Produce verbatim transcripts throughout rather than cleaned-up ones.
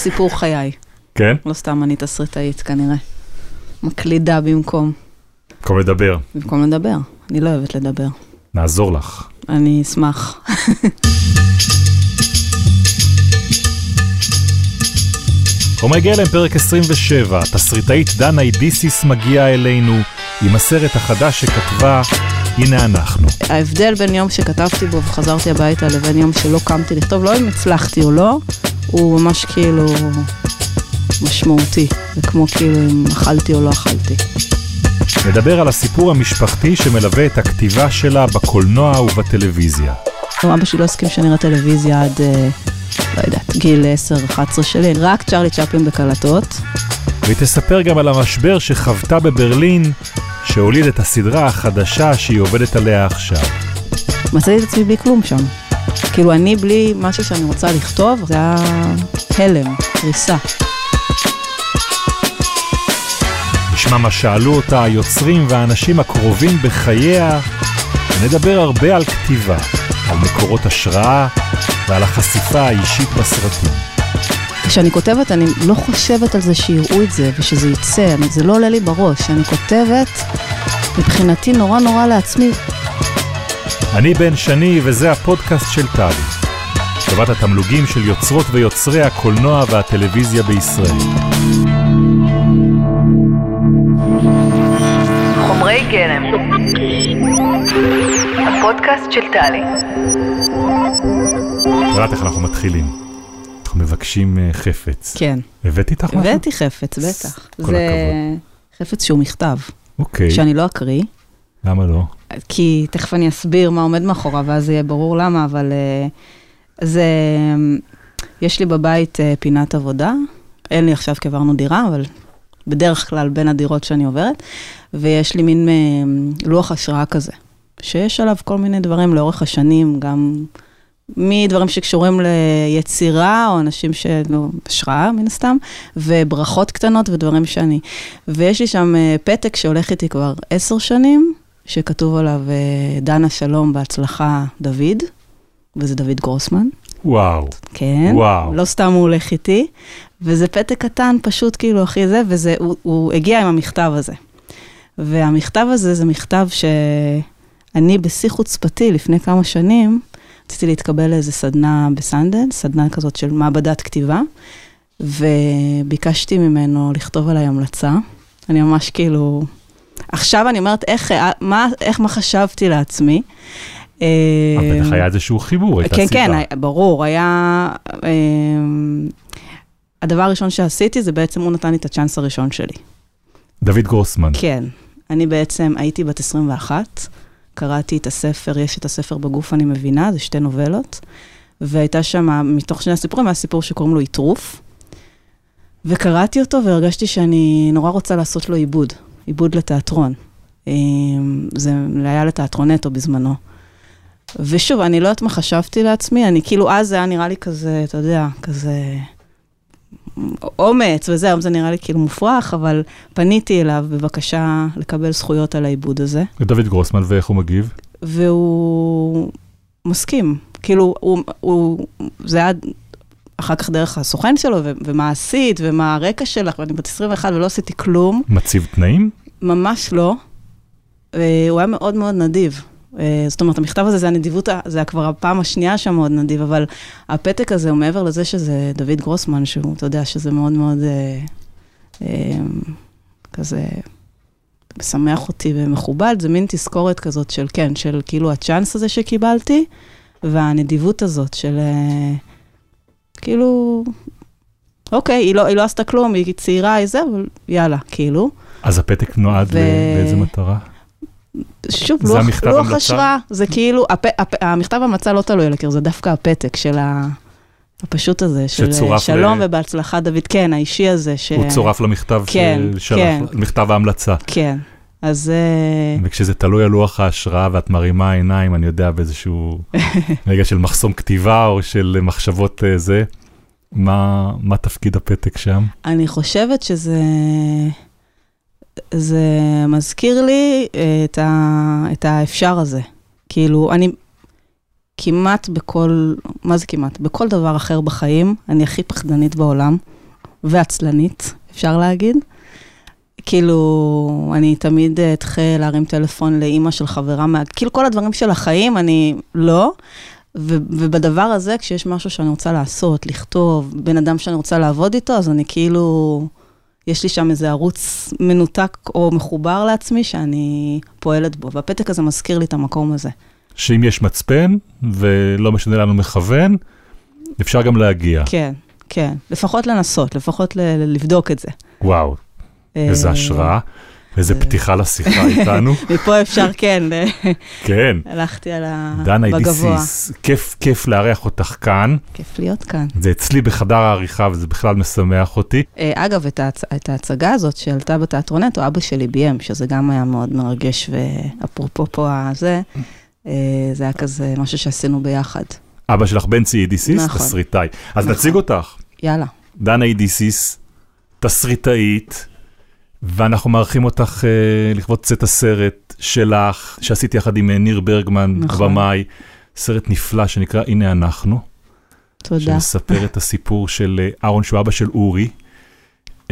סיפור חיי. כן? לא סתם אני תסריטאית כנראה. מקלידה במקום. במקום לדבר. במקום לדבר. אני לא אוהבת לדבר. נעזור לך. אני אשמח. חומרי גלם, פרק עשרים ושבע. תסריטאית דנה אידיסיס מגיעה אלינו עם הסרט החדש שכתבה הנה אנחנו. ההבדל בין יום שכתבתי בו וחזרתי הביתה לבין יום שלא קמתי לכתוב, לא אם הצלחתי או לא, הוא ממש כאילו משמעותי. זה כמו כאילו אם אכלתי או לא אכלתי. נדבר על הסיפור המשפחתי שמלווה את הכתיבה שלה בקולנוע ובטלוויזיה. אבא שלי לא הסכים שנראה טלוויזיה עד, לא יודעת, גיל עשר אחת עשרה שלי, רק צ'רלי צ'פלין בקלטות. והיא תספר גם על המשבר שחוותה בברלין, שהוליד את הסדרה החדשה שהיא עובדת עליה עכשיו. מצאתי את עצמי בלי כלום שם. כאילו אני בלי משהו שאני רוצה לכתוב, זה היה הלם, ריסה. נשמע מה שאלו אותה היוצרים והאנשים הקרובים בחייה, ונדבר הרבה על כתיבה, על מקורות השראה ועל החשיפה האישית בסרטים. כשאני כותבת, אני לא חושבת על זה שיראו את זה ושזה יצא, זה לא עולה לי בראש. אני כותבת מבחינתי נורא נורא לעצמי. אני בן שני וזה הפודקאסט של טלי. שבת התמלוגים של יוצרות ויוצרי הקולנוע והטלוויזיה בישראל. חומרי גלם. הפודקאסט של טלי. יודעת איך אנחנו מתחילים. אנחנו מבקשים חפץ. כן. הבאתי איתך משהו? הבאתי חפץ, בטח. כל זה הכבוד. חפץ שהוא מכתב. אוקיי. שאני לא אקריא. למה לא? כי תכף אני אסביר מה עומד מאחורה, ואז יהיה ברור למה, אבל זה, יש לי בבית פינת עבודה. אין לי עכשיו כברנו דירה, אבל בדרך כלל בין הדירות שאני עוברת, ויש לי מין לוח השראה כזה, שיש עליו כל מיני דברים לאורך השנים, גם מדברים שקשורים ליצירה, או אנשים שלא, השראה מן הסתם, וברכות קטנות ודברים שאני. ויש לי שם פתק שהולך איתי כבר עשר שנים, שכתוב עליו דנה שלום בהצלחה דוד, וזה דוד גרוסמן. וואו. כן. וואו. לא סתם הוא הולך איתי, וזה פתק קטן פשוט כאילו הכי זה, וזה, הוא, הוא הגיע עם המכתב הזה. והמכתב הזה זה מכתב שאני בשיא חוצפתי לפני כמה שנים, רציתי להתקבל לאיזה סדנה בסנדן, סדנה כזאת של מעבדת כתיבה, וביקשתי ממנו לכתוב עליי המלצה. אני ממש כאילו, עכשיו אני אומרת איך, מה, איך מה חשבתי לעצמי. אבל לך היה איזשהו חיבור, הייתה כן, סיבה. כן, ברור, היה, הדבר הראשון שעשיתי זה בעצם הוא נתן לי את הצ'אנס הראשון שלי. דוד גרוסמן. כן, אני בעצם הייתי בת עשרים ואחת, קראתי את הספר, יש את הספר בגוף אני מבינה, זה שתי נובלות, והייתה שם, מתוך שני הסיפורים, היה סיפור שקוראים לו יטרוף, וקראתי אותו והרגשתי שאני נורא רוצה לעשות לו עיבוד, עיבוד לתיאטרון. זה היה לתיאטרונטו בזמנו. ושוב, אני לא יודעת מה חשבתי לעצמי, אני כאילו, אז זה היה נראה לי כזה, אתה יודע, כזה אומץ וזה, היום זה נראה לי כאילו מופרך, אבל פניתי אליו בבקשה לקבל זכויות על העיבוד הזה. ודוד גרוסמן, ואיך הוא מגיב? והוא מסכים. כאילו, הוא, הוא, זה היה אחר כך דרך הסוכן שלו, ו- ומה עשית, ומה הרקע שלך, ואני בת עשרים ואחת ולא עשיתי כלום. מציב תנאים? ממש לא. הוא היה מאוד מאוד נדיב. זאת אומרת, המכתב הזה, זה הנדיבות, זה היה כבר הפעם השנייה שם מאוד נדיב, אבל הפתק הזה הוא מעבר לזה שזה דוד גרוסמן, שהוא, אתה יודע, שזה מאוד מאוד אה, אה, כזה משמח אותי ומכובד, זה מין תזכורת כזאת של, כן, של כאילו הצ'אנס הזה שקיבלתי, והנדיבות הזאת של, אה, כאילו, אוקיי, היא לא, היא לא עשתה כלום, היא צעירה, היא זה, אבל יאללה, כאילו. אז הפתק נועד ו... לאיזה מטרה? שוב, לוח, לוח השראה, זה כאילו, הפ, הפ, המכתב המלצה לא תלוי על הקיר, זה דווקא הפתק של ה, הפשוט הזה, של שלום ל... ובהצלחה דוד, כן, האישי הזה. ש... הוא צורף למכתב כן, שלח, כן. מכתב ההמלצה. כן, אז... וכשזה תלוי על לוח ההשראה ואת מרימה עיניים, אני יודע באיזשהו רגע של מחסום כתיבה או של מחשבות זה, מה, מה תפקיד הפתק שם? אני חושבת שזה... זה מזכיר לי את, ה, את האפשר הזה. כאילו, אני כמעט בכל, מה זה כמעט? בכל דבר אחר בחיים, אני הכי פחדנית בעולם. ועצלנית, אפשר להגיד. כאילו, אני תמיד אתחיל להרים טלפון לאמא של חברה, מה, כאילו כל הדברים של החיים, אני לא. ו, ובדבר הזה, כשיש משהו שאני רוצה לעשות, לכתוב, בן אדם שאני רוצה לעבוד איתו, אז אני כאילו, יש לי שם איזה ערוץ מנותק או מחובר לעצמי, שאני פועלת בו. והפתק הזה מזכיר לי את המקום הזה. שאם יש מצפן, ולא משנה לנו מכוון, אפשר גם להגיע. כן, כן. לפחות לנסות, לפחות ל- לבדוק את זה. וואו. איזה השראה, איזה פתיחה לשיחה איתנו. מפה אפשר, כן. כן. הלכתי על הגבוה. דנה אידיסיס, כיף, כיף לארח אותך כאן. כיף להיות כאן. זה אצלי בחדר העריכה, וזה בכלל משמח אותי. אגב, את ההצגה הזאת שעלתה בתיאטרונט, או אבא שלי ביים, שזה גם היה מאוד מרגש, ואפרופו פה הזה, זה היה כזה משהו שעשינו ביחד. אבא שלך בנצי אידיסיס, תסריטאי. אז נציג אותך. יאללה. דנה אידיסיס, תסריטאית, ואנחנו מארחים אותך uh, לכבוד צאת הסרט שלך, שעשיתי יחד עם ניר ברגמן, נכון. במאי, סרט נפלא שנקרא הנה אנחנו. תודה. שמספר את הסיפור של אהרון, שהוא אבא של אורי, uh,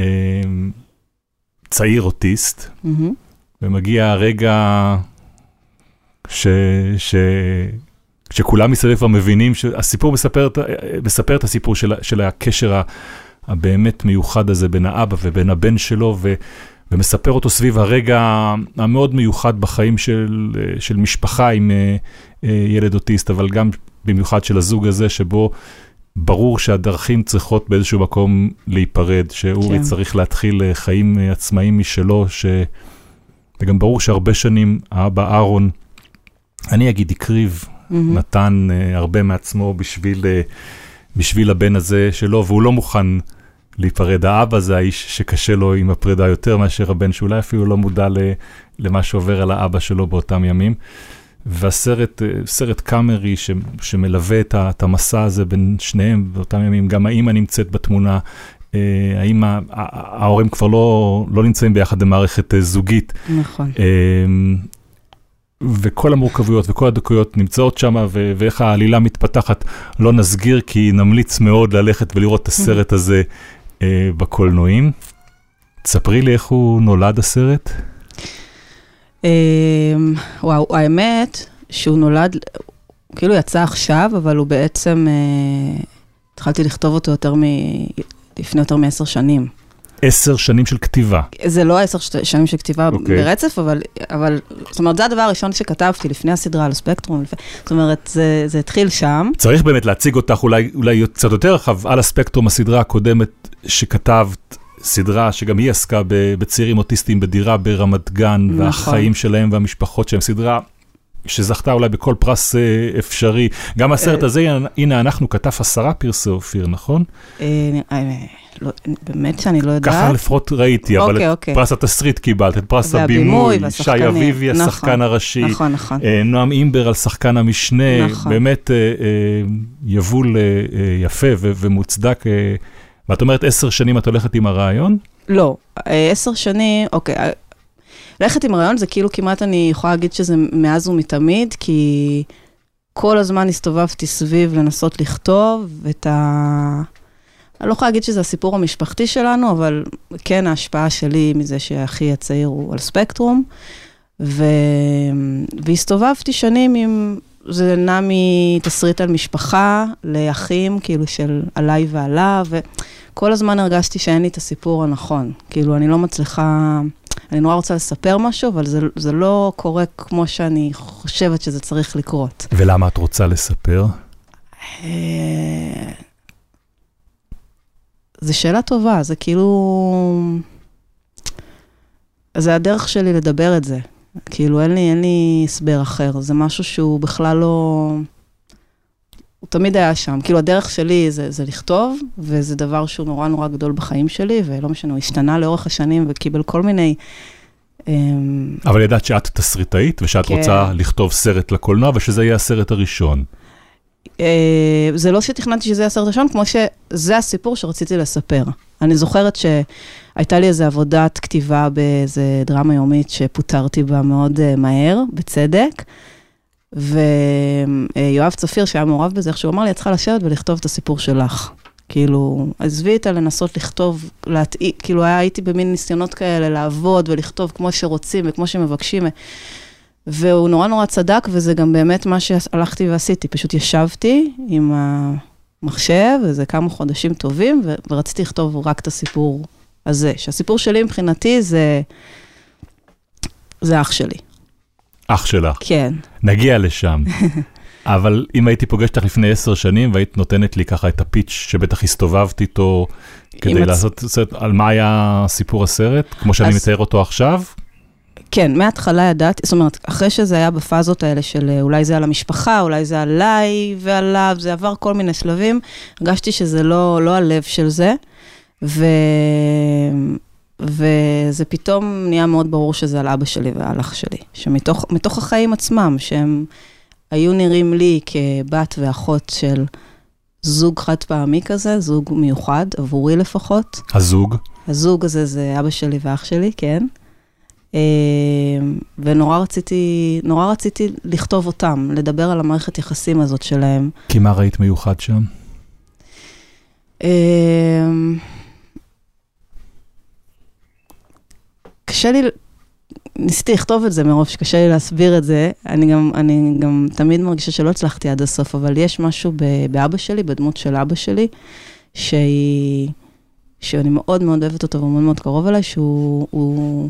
צעיר אוטיסט, mm-hmm. ומגיע הרגע ש... ש... שכולם מסביב כבר מבינים שהסיפור מספר, מספר את הסיפור של, של הקשר ה... הבאמת מיוחד הזה בין האבא ובין הבן שלו, ו, ומספר אותו סביב הרגע המאוד מיוחד בחיים של, של משפחה עם uh, uh, ילד אוטיסט, אבל גם במיוחד של הזוג הזה, שבו ברור שהדרכים צריכות באיזשהו מקום להיפרד, שאורי כן. צריך להתחיל חיים עצמאיים משלו, ש... וגם ברור שהרבה שנים האבא אהרון, אני אגיד, הקריב, mm-hmm. נתן uh, הרבה מעצמו בשביל... Uh, בשביל הבן הזה שלו, והוא לא מוכן להיפרד. האבא זה האיש שקשה לו עם הפרידה יותר מאשר הבן, שאולי אפילו לא מודע למה שעובר על האבא שלו באותם ימים. והסרט, סרט קאמרי ש, שמלווה את המסע הזה בין שניהם באותם ימים, גם האמא נמצאת בתמונה, האמא, ההורים כבר לא, לא נמצאים ביחד במערכת זוגית. נכון. וכל המורכבויות וכל הדקויות נמצאות שם, ו- ואיך העלילה מתפתחת, לא נסגיר, כי נמליץ מאוד ללכת ולראות את הסרט הזה אה, בקולנועים. תספרי לי איך הוא נולד הסרט. אה, וואו, האמת שהוא נולד, כאילו יצא עכשיו, אבל הוא בעצם, אה, התחלתי לכתוב אותו יותר מ... לפני יותר מעשר שנים. עשר שנים של כתיבה. זה לא עשר שנים של כתיבה okay. ברצף, אבל, אבל, זאת אומרת, זה הדבר הראשון שכתבתי לפני הסדרה על הספקטרום, זאת אומרת, זה, זה התחיל שם. צריך באמת להציג אותך אולי, אולי קצת יותר רחב, על הספקטרום, הסדרה הקודמת שכתבת, סדרה שגם היא עסקה בצעירים אוטיסטים בדירה ברמת גן, נכון. והחיים שלהם והמשפחות שהם, סדרה שזכתה אולי בכל פרס אפשרי. גם הסרט הזה, הנה אנחנו כתב עשרה פרסי אופיר, נכון? באמת שאני לא יודעת. ככה לפחות ראיתי, אבל את פרס התסריט קיבלת, את פרס הבימוי, שי אביבי, השחקן הראשי, נועם אימבר על שחקן המשנה, באמת יבול יפה ומוצדק. ואת אומרת, עשר שנים את הולכת עם הרעיון? לא, עשר שנים, אוקיי, ללכת עם הרעיון זה כאילו כמעט אני יכולה להגיד שזה מאז ומתמיד, כי כל הזמן הסתובבתי סביב לנסות לכתוב את ה... אני לא יכולה להגיד שזה הסיפור המשפחתי שלנו, אבל כן ההשפעה שלי מזה שהאחי הצעיר הוא על ספקטרום, ו... והסתובבתי שנים עם... זה נע מתסריט על משפחה לאחים, כאילו של עליי ועליו, וכל הזמן הרגשתי שאין לי את הסיפור הנכון. כאילו אני לא מצליחה... אני נורא רוצה לספר משהו, אבל זה, זה לא קורה כמו שאני חושבת שזה צריך לקרות. ולמה את רוצה לספר? זו שאלה טובה, זה כאילו... זה הדרך שלי לדבר את זה. כאילו אין לי, אין לי הסבר אחר. זה משהו שהוא בכלל לא... הוא תמיד היה שם. כאילו הדרך שלי זה, זה לכתוב, וזה דבר שהוא נורא נורא גדול בחיים שלי, ולא משנה, הוא השתנה לאורך השנים וקיבל כל מיני... אבל ידעת שאת תסריטאית, ושאת כן. רוצה לכתוב סרט לקולנוע, ושזה יהיה הסרט הראשון. זה לא שתכננתי שזה יהיה הסרט הראשון, כמו שזה הסיפור שרציתי לספר. אני זוכרת שהייתה לי איזו עבודת כתיבה באיזו דרמה יומית, שפוטרתי בה מאוד מהר, בצדק, ויואב צפיר, שהיה מעורב בזה, איך שהוא אמר לי, את צריכה לשבת ולכתוב את הסיפור שלך. כאילו, עזבי איתה לנסות לכתוב, להתאי, כאילו הייתי במין ניסיונות כאלה לעבוד ולכתוב כמו שרוצים וכמו שמבקשים, והוא נורא נורא צדק, וזה גם באמת מה שהלכתי ועשיתי, פשוט ישבתי עם המחשב, וזה כמה חודשים טובים, ורציתי לכתוב רק את הסיפור הזה, שהסיפור שלי מבחינתי זה, זה אח שלי. אח שלך. כן. נגיע לשם. אבל אם הייתי פוגש אותך לפני עשר שנים, והיית נותנת לי ככה את הפיץ' שבטח הסתובבת איתו, כדי לעשות סרט, על מה היה סיפור הסרט, כמו שאני מתאר אותו עכשיו? כן, מההתחלה ידעתי, זאת אומרת, אחרי שזה היה בפאזות האלה של אולי זה על המשפחה, אולי זה עליי ועליו, זה עבר כל מיני שלבים, הרגשתי שזה לא, לא הלב של זה, ו... וזה פתאום נהיה מאוד ברור שזה על אבא שלי ועל אח שלי, שמתוך מתוך החיים עצמם, שהם היו נראים לי כבת ואחות של זוג חד פעמי כזה, זוג מיוחד, עבורי לפחות. הזוג? הזוג הזה זה אבא שלי ואח שלי, כן. ונורא רציתי, נורא רציתי לכתוב אותם, לדבר על המערכת יחסים הזאת שלהם. כי מה ראית מיוחד שם? קשה לי, ניסיתי לכתוב את זה מרוב שקשה לי להסביר את זה, אני גם, אני גם תמיד מרגישה שלא הצלחתי עד הסוף, אבל יש משהו באבא שלי, בדמות של אבא שלי, שהיא, שאני מאוד מאוד אוהבת אותו ומאוד מאוד קרוב אליי, שהוא הוא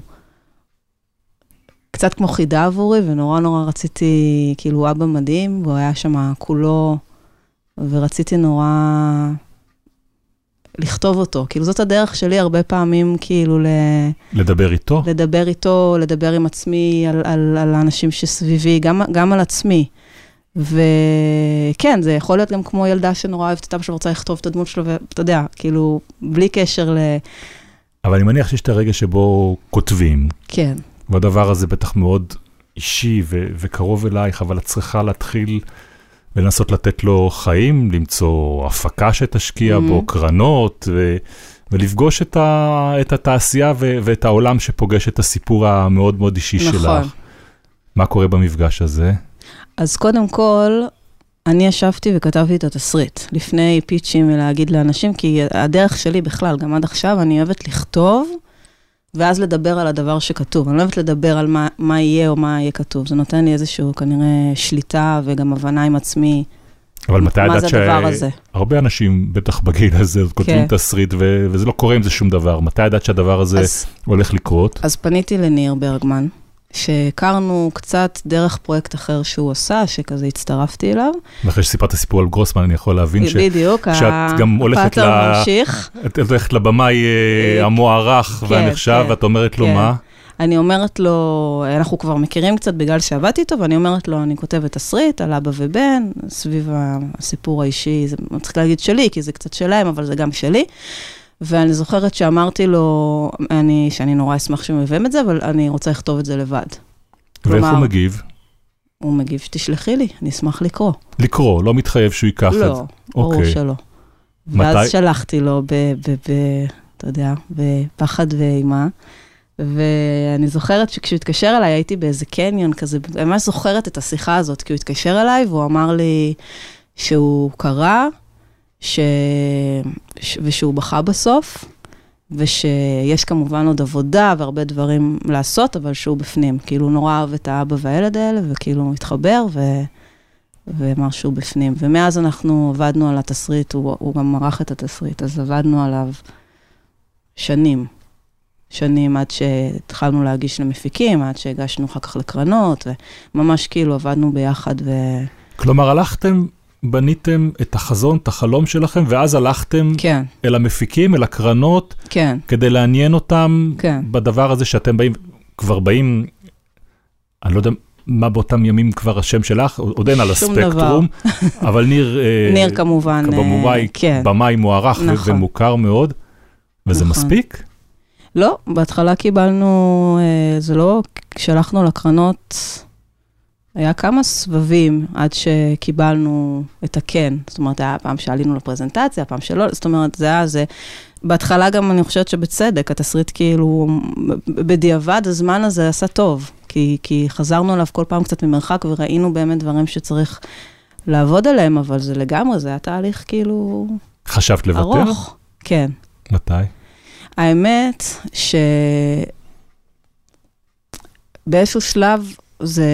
קצת כמו חידה עבורי, ונורא נורא רציתי, כאילו אבא מדהים, והוא היה שם כולו, ורציתי נורא לכתוב אותו. כאילו זאת הדרך שלי הרבה פעמים, כאילו ל... לדבר איתו? לדבר איתו, לדבר עם עצמי, על, על, על האנשים שסביבי, גם, גם על עצמי. וכן, זה יכול להיות גם כמו ילדה שנורא אוהבת אותה, שרוצה לכתוב את הדמות שלו, ואתה יודע, כאילו, בלי קשר ל... אבל אני מניח שיש את הרגע שבו כותבים. כן. והדבר הזה בטח מאוד אישי ו- וקרוב אלייך, אבל את צריכה להתחיל ולנסות לתת לו חיים, למצוא הפקה שתשקיע mm-hmm. בו, קרנות, ו- ולפגוש את, ה- את התעשייה ו- ואת העולם שפוגש את הסיפור המאוד מאוד אישי נכון. שלך. מה קורה במפגש הזה? אז קודם כל, אני ישבתי וכתבתי את התסריט, לפני פיצ'ים ולהגיד לאנשים, כי הדרך שלי בכלל, גם עד עכשיו, אני אוהבת לכתוב, ואז לדבר על הדבר שכתוב. אני לא אוהבת לדבר על מה, מה יהיה או מה יהיה כתוב. זה נותן לי איזשהו כנראה שליטה וגם הבנה עם עצמי. אבל מתי ידעת הזה. שהרבה אנשים בטח בגיל הזה כותבים תסריט ו... וזה לא קורה עם זה שום דבר. מתי ידעת שהדבר הזה אז, הולך לקרות? אז פניתי לניר ברגמן, שהכרנו קצת דרך פרויקט אחר שהוא עושה, שכזה הצטרפתי אליו. ואחרי שסיפרת סיפור על גרוסמן, אני יכול להבין ש... בדיוק, שאת גם הולכת ל... את הולכת לבמאי המוערך והנחשב, ואת אומרת לו מה? אני אומרת לו, אנחנו כבר מכירים קצת בגלל שעבדתי איתו, ואני אומרת לו, אני כותבת תסריט על אבא ובן, סביב הסיפור האישי, זה צריך להגיד שלי, כי זה קצת שלהם, אבל זה גם שלי. ואני זוכרת שאמרתי לו, אני, שאני נורא אשמח שמביאים את זה, אבל אני רוצה לכתוב את זה לבד. ואיך הוא מגיב? הוא מגיב שתשלחי לי, אני אשמח לקרוא. לקרוא, לא מתחייב שהוא ייקח את זה. לא, ברור שלא. ואז שלחתי לו, אתה יודע, בפחד ואימה, ואני זוכרת שכשהוא התקשר אליי, הייתי באיזה קניון כזה, אני ממש זוכרת את השיחה הזאת, כי הוא התקשר אליי, והוא אמר לי שהוא קרא, ש... ושהוא בכה בסוף, ושיש כמובן עוד עבודה והרבה דברים לעשות, אבל שהוא בפנים. כאילו הוא נורא אהב את האבא והילד האלה, וכאילו הוא התחבר, ו... ואמר שהוא בפנים. ומאז אנחנו עבדנו על התסריט, הוא, הוא גם מרח את התסריט, אז עבדנו עליו שנים. שנים עד שהתחלנו להגיש למפיקים, עד שהגשנו אחר כך לקרנות, וממש כאילו עבדנו ביחד. ו... כלומר, הלכתם... בניתם את החזון, את החלום שלכם, ואז הלכתם כן. אל המפיקים, אל הקרנות, כן. כדי לעניין אותם כן. בדבר הזה שאתם באים, כבר באים, אני לא יודע מה באותם ימים כבר השם שלך, עוד אין על הספקטרום, אבל ניר, ניר אה, כמובן, במובאי, כן. במאי מוערך נכון. ומוכר מאוד, וזה נכון. מספיק? לא, בהתחלה קיבלנו, זה לא, כשהלכנו לקרנות, היה כמה סבבים עד שקיבלנו את הכן. זאת אומרת, היה פעם שעלינו לפרזנטציה, פעם שלא, זאת אומרת, זה היה זה. בהתחלה גם אני חושבת שבצדק, התסריט כאילו, בדיעבד הזמן הזה עשה טוב, כי, כי חזרנו עליו כל פעם קצת ממרחק, וראינו באמת דברים שצריך לעבוד עליהם, אבל זה לגמרי, זה היה תהליך כאילו חשבת לוותר? ארוך, כן. מתי? האמת ש... באיזשהו שלב זה...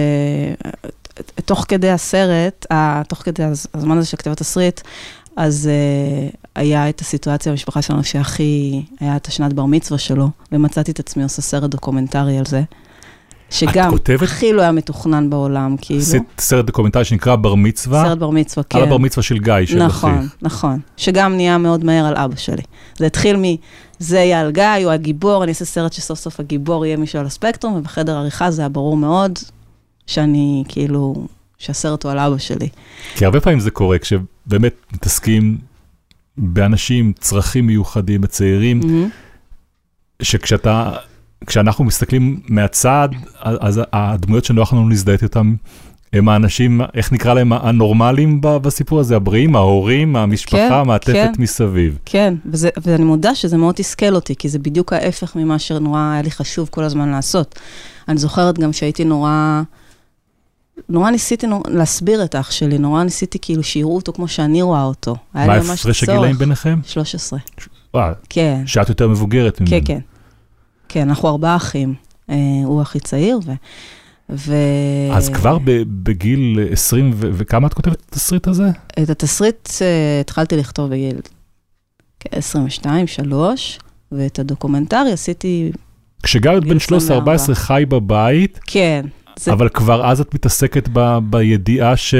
תוך כדי הסרט, תוך כדי הזמן הזה של כתיבת תסריט, אז uh, היה את הסיטואציה במשפחה שלנו שהכי, היה את השנת בר מצווה שלו, ומצאתי את עצמי עושה סרט דוקומנטרי על זה, שגם כותבת? הכי לא היה מתוכנן בעולם, כאילו. עשית סרט דוקומנטרי שנקרא בר מצווה? סרט בר מצווה, כן. על הבר מצווה של גיא, של נכון, אחיך. נכון. שגם נהיה מאוד מהר על אבא שלי. זה התחיל מ... זה יהיה על גיא, הוא הגיבור, אני אעשה סרט שסוף סוף הגיבור יהיה מישהו על הספקטרום, ובחדר עריכה זה היה ברור מאוד שאני, כאילו, שהסרט הוא על אבא שלי. כי הרבה פעמים זה קורה, כשבאמת מתעסקים באנשים, צרכים מיוחדים, בצעירים, mm-hmm. שכשאתה, כשאנחנו מסתכלים מהצד, אז הדמויות שנוח לנו להזדהות אותם, הם האנשים, איך נקרא להם, הנורמליים בסיפור הזה, הבריאים, ההורים, המשפחה, כן, המעטפת כן. מסביב. כן, וזה, ואני מודה שזה מאוד תסכל אותי, כי זה בדיוק ההפך ממה שנורא היה לי חשוב כל הזמן לעשות. אני זוכרת גם שהייתי נורא... נורא ניסיתי נורא, להסביר את אח שלי, נורא ניסיתי כאילו שיראו אותו כמו שאני רואה אותו. מה ההפרש הגילאים ביניכם? שלוש עשרה. וואו, כן. שאת יותר מבוגרת ממנו. כן, כן. כן, אנחנו ארבעה אחים. אה, הוא הכי צעיר, ו... ו... אז כבר בגיל עשרים, ו- וכמה את כותבת את התסריט הזה? את התסריט uh, התחלתי לכתוב בגיל עשרים ושתיים, שלוש, ואת הדוקומנטרי עשיתי... כשגיא עוד בן שלוש עשרה ארבע עשרה חי בבית, כן. זה... אבל כבר אז את מתעסקת ב- בידיעה ש...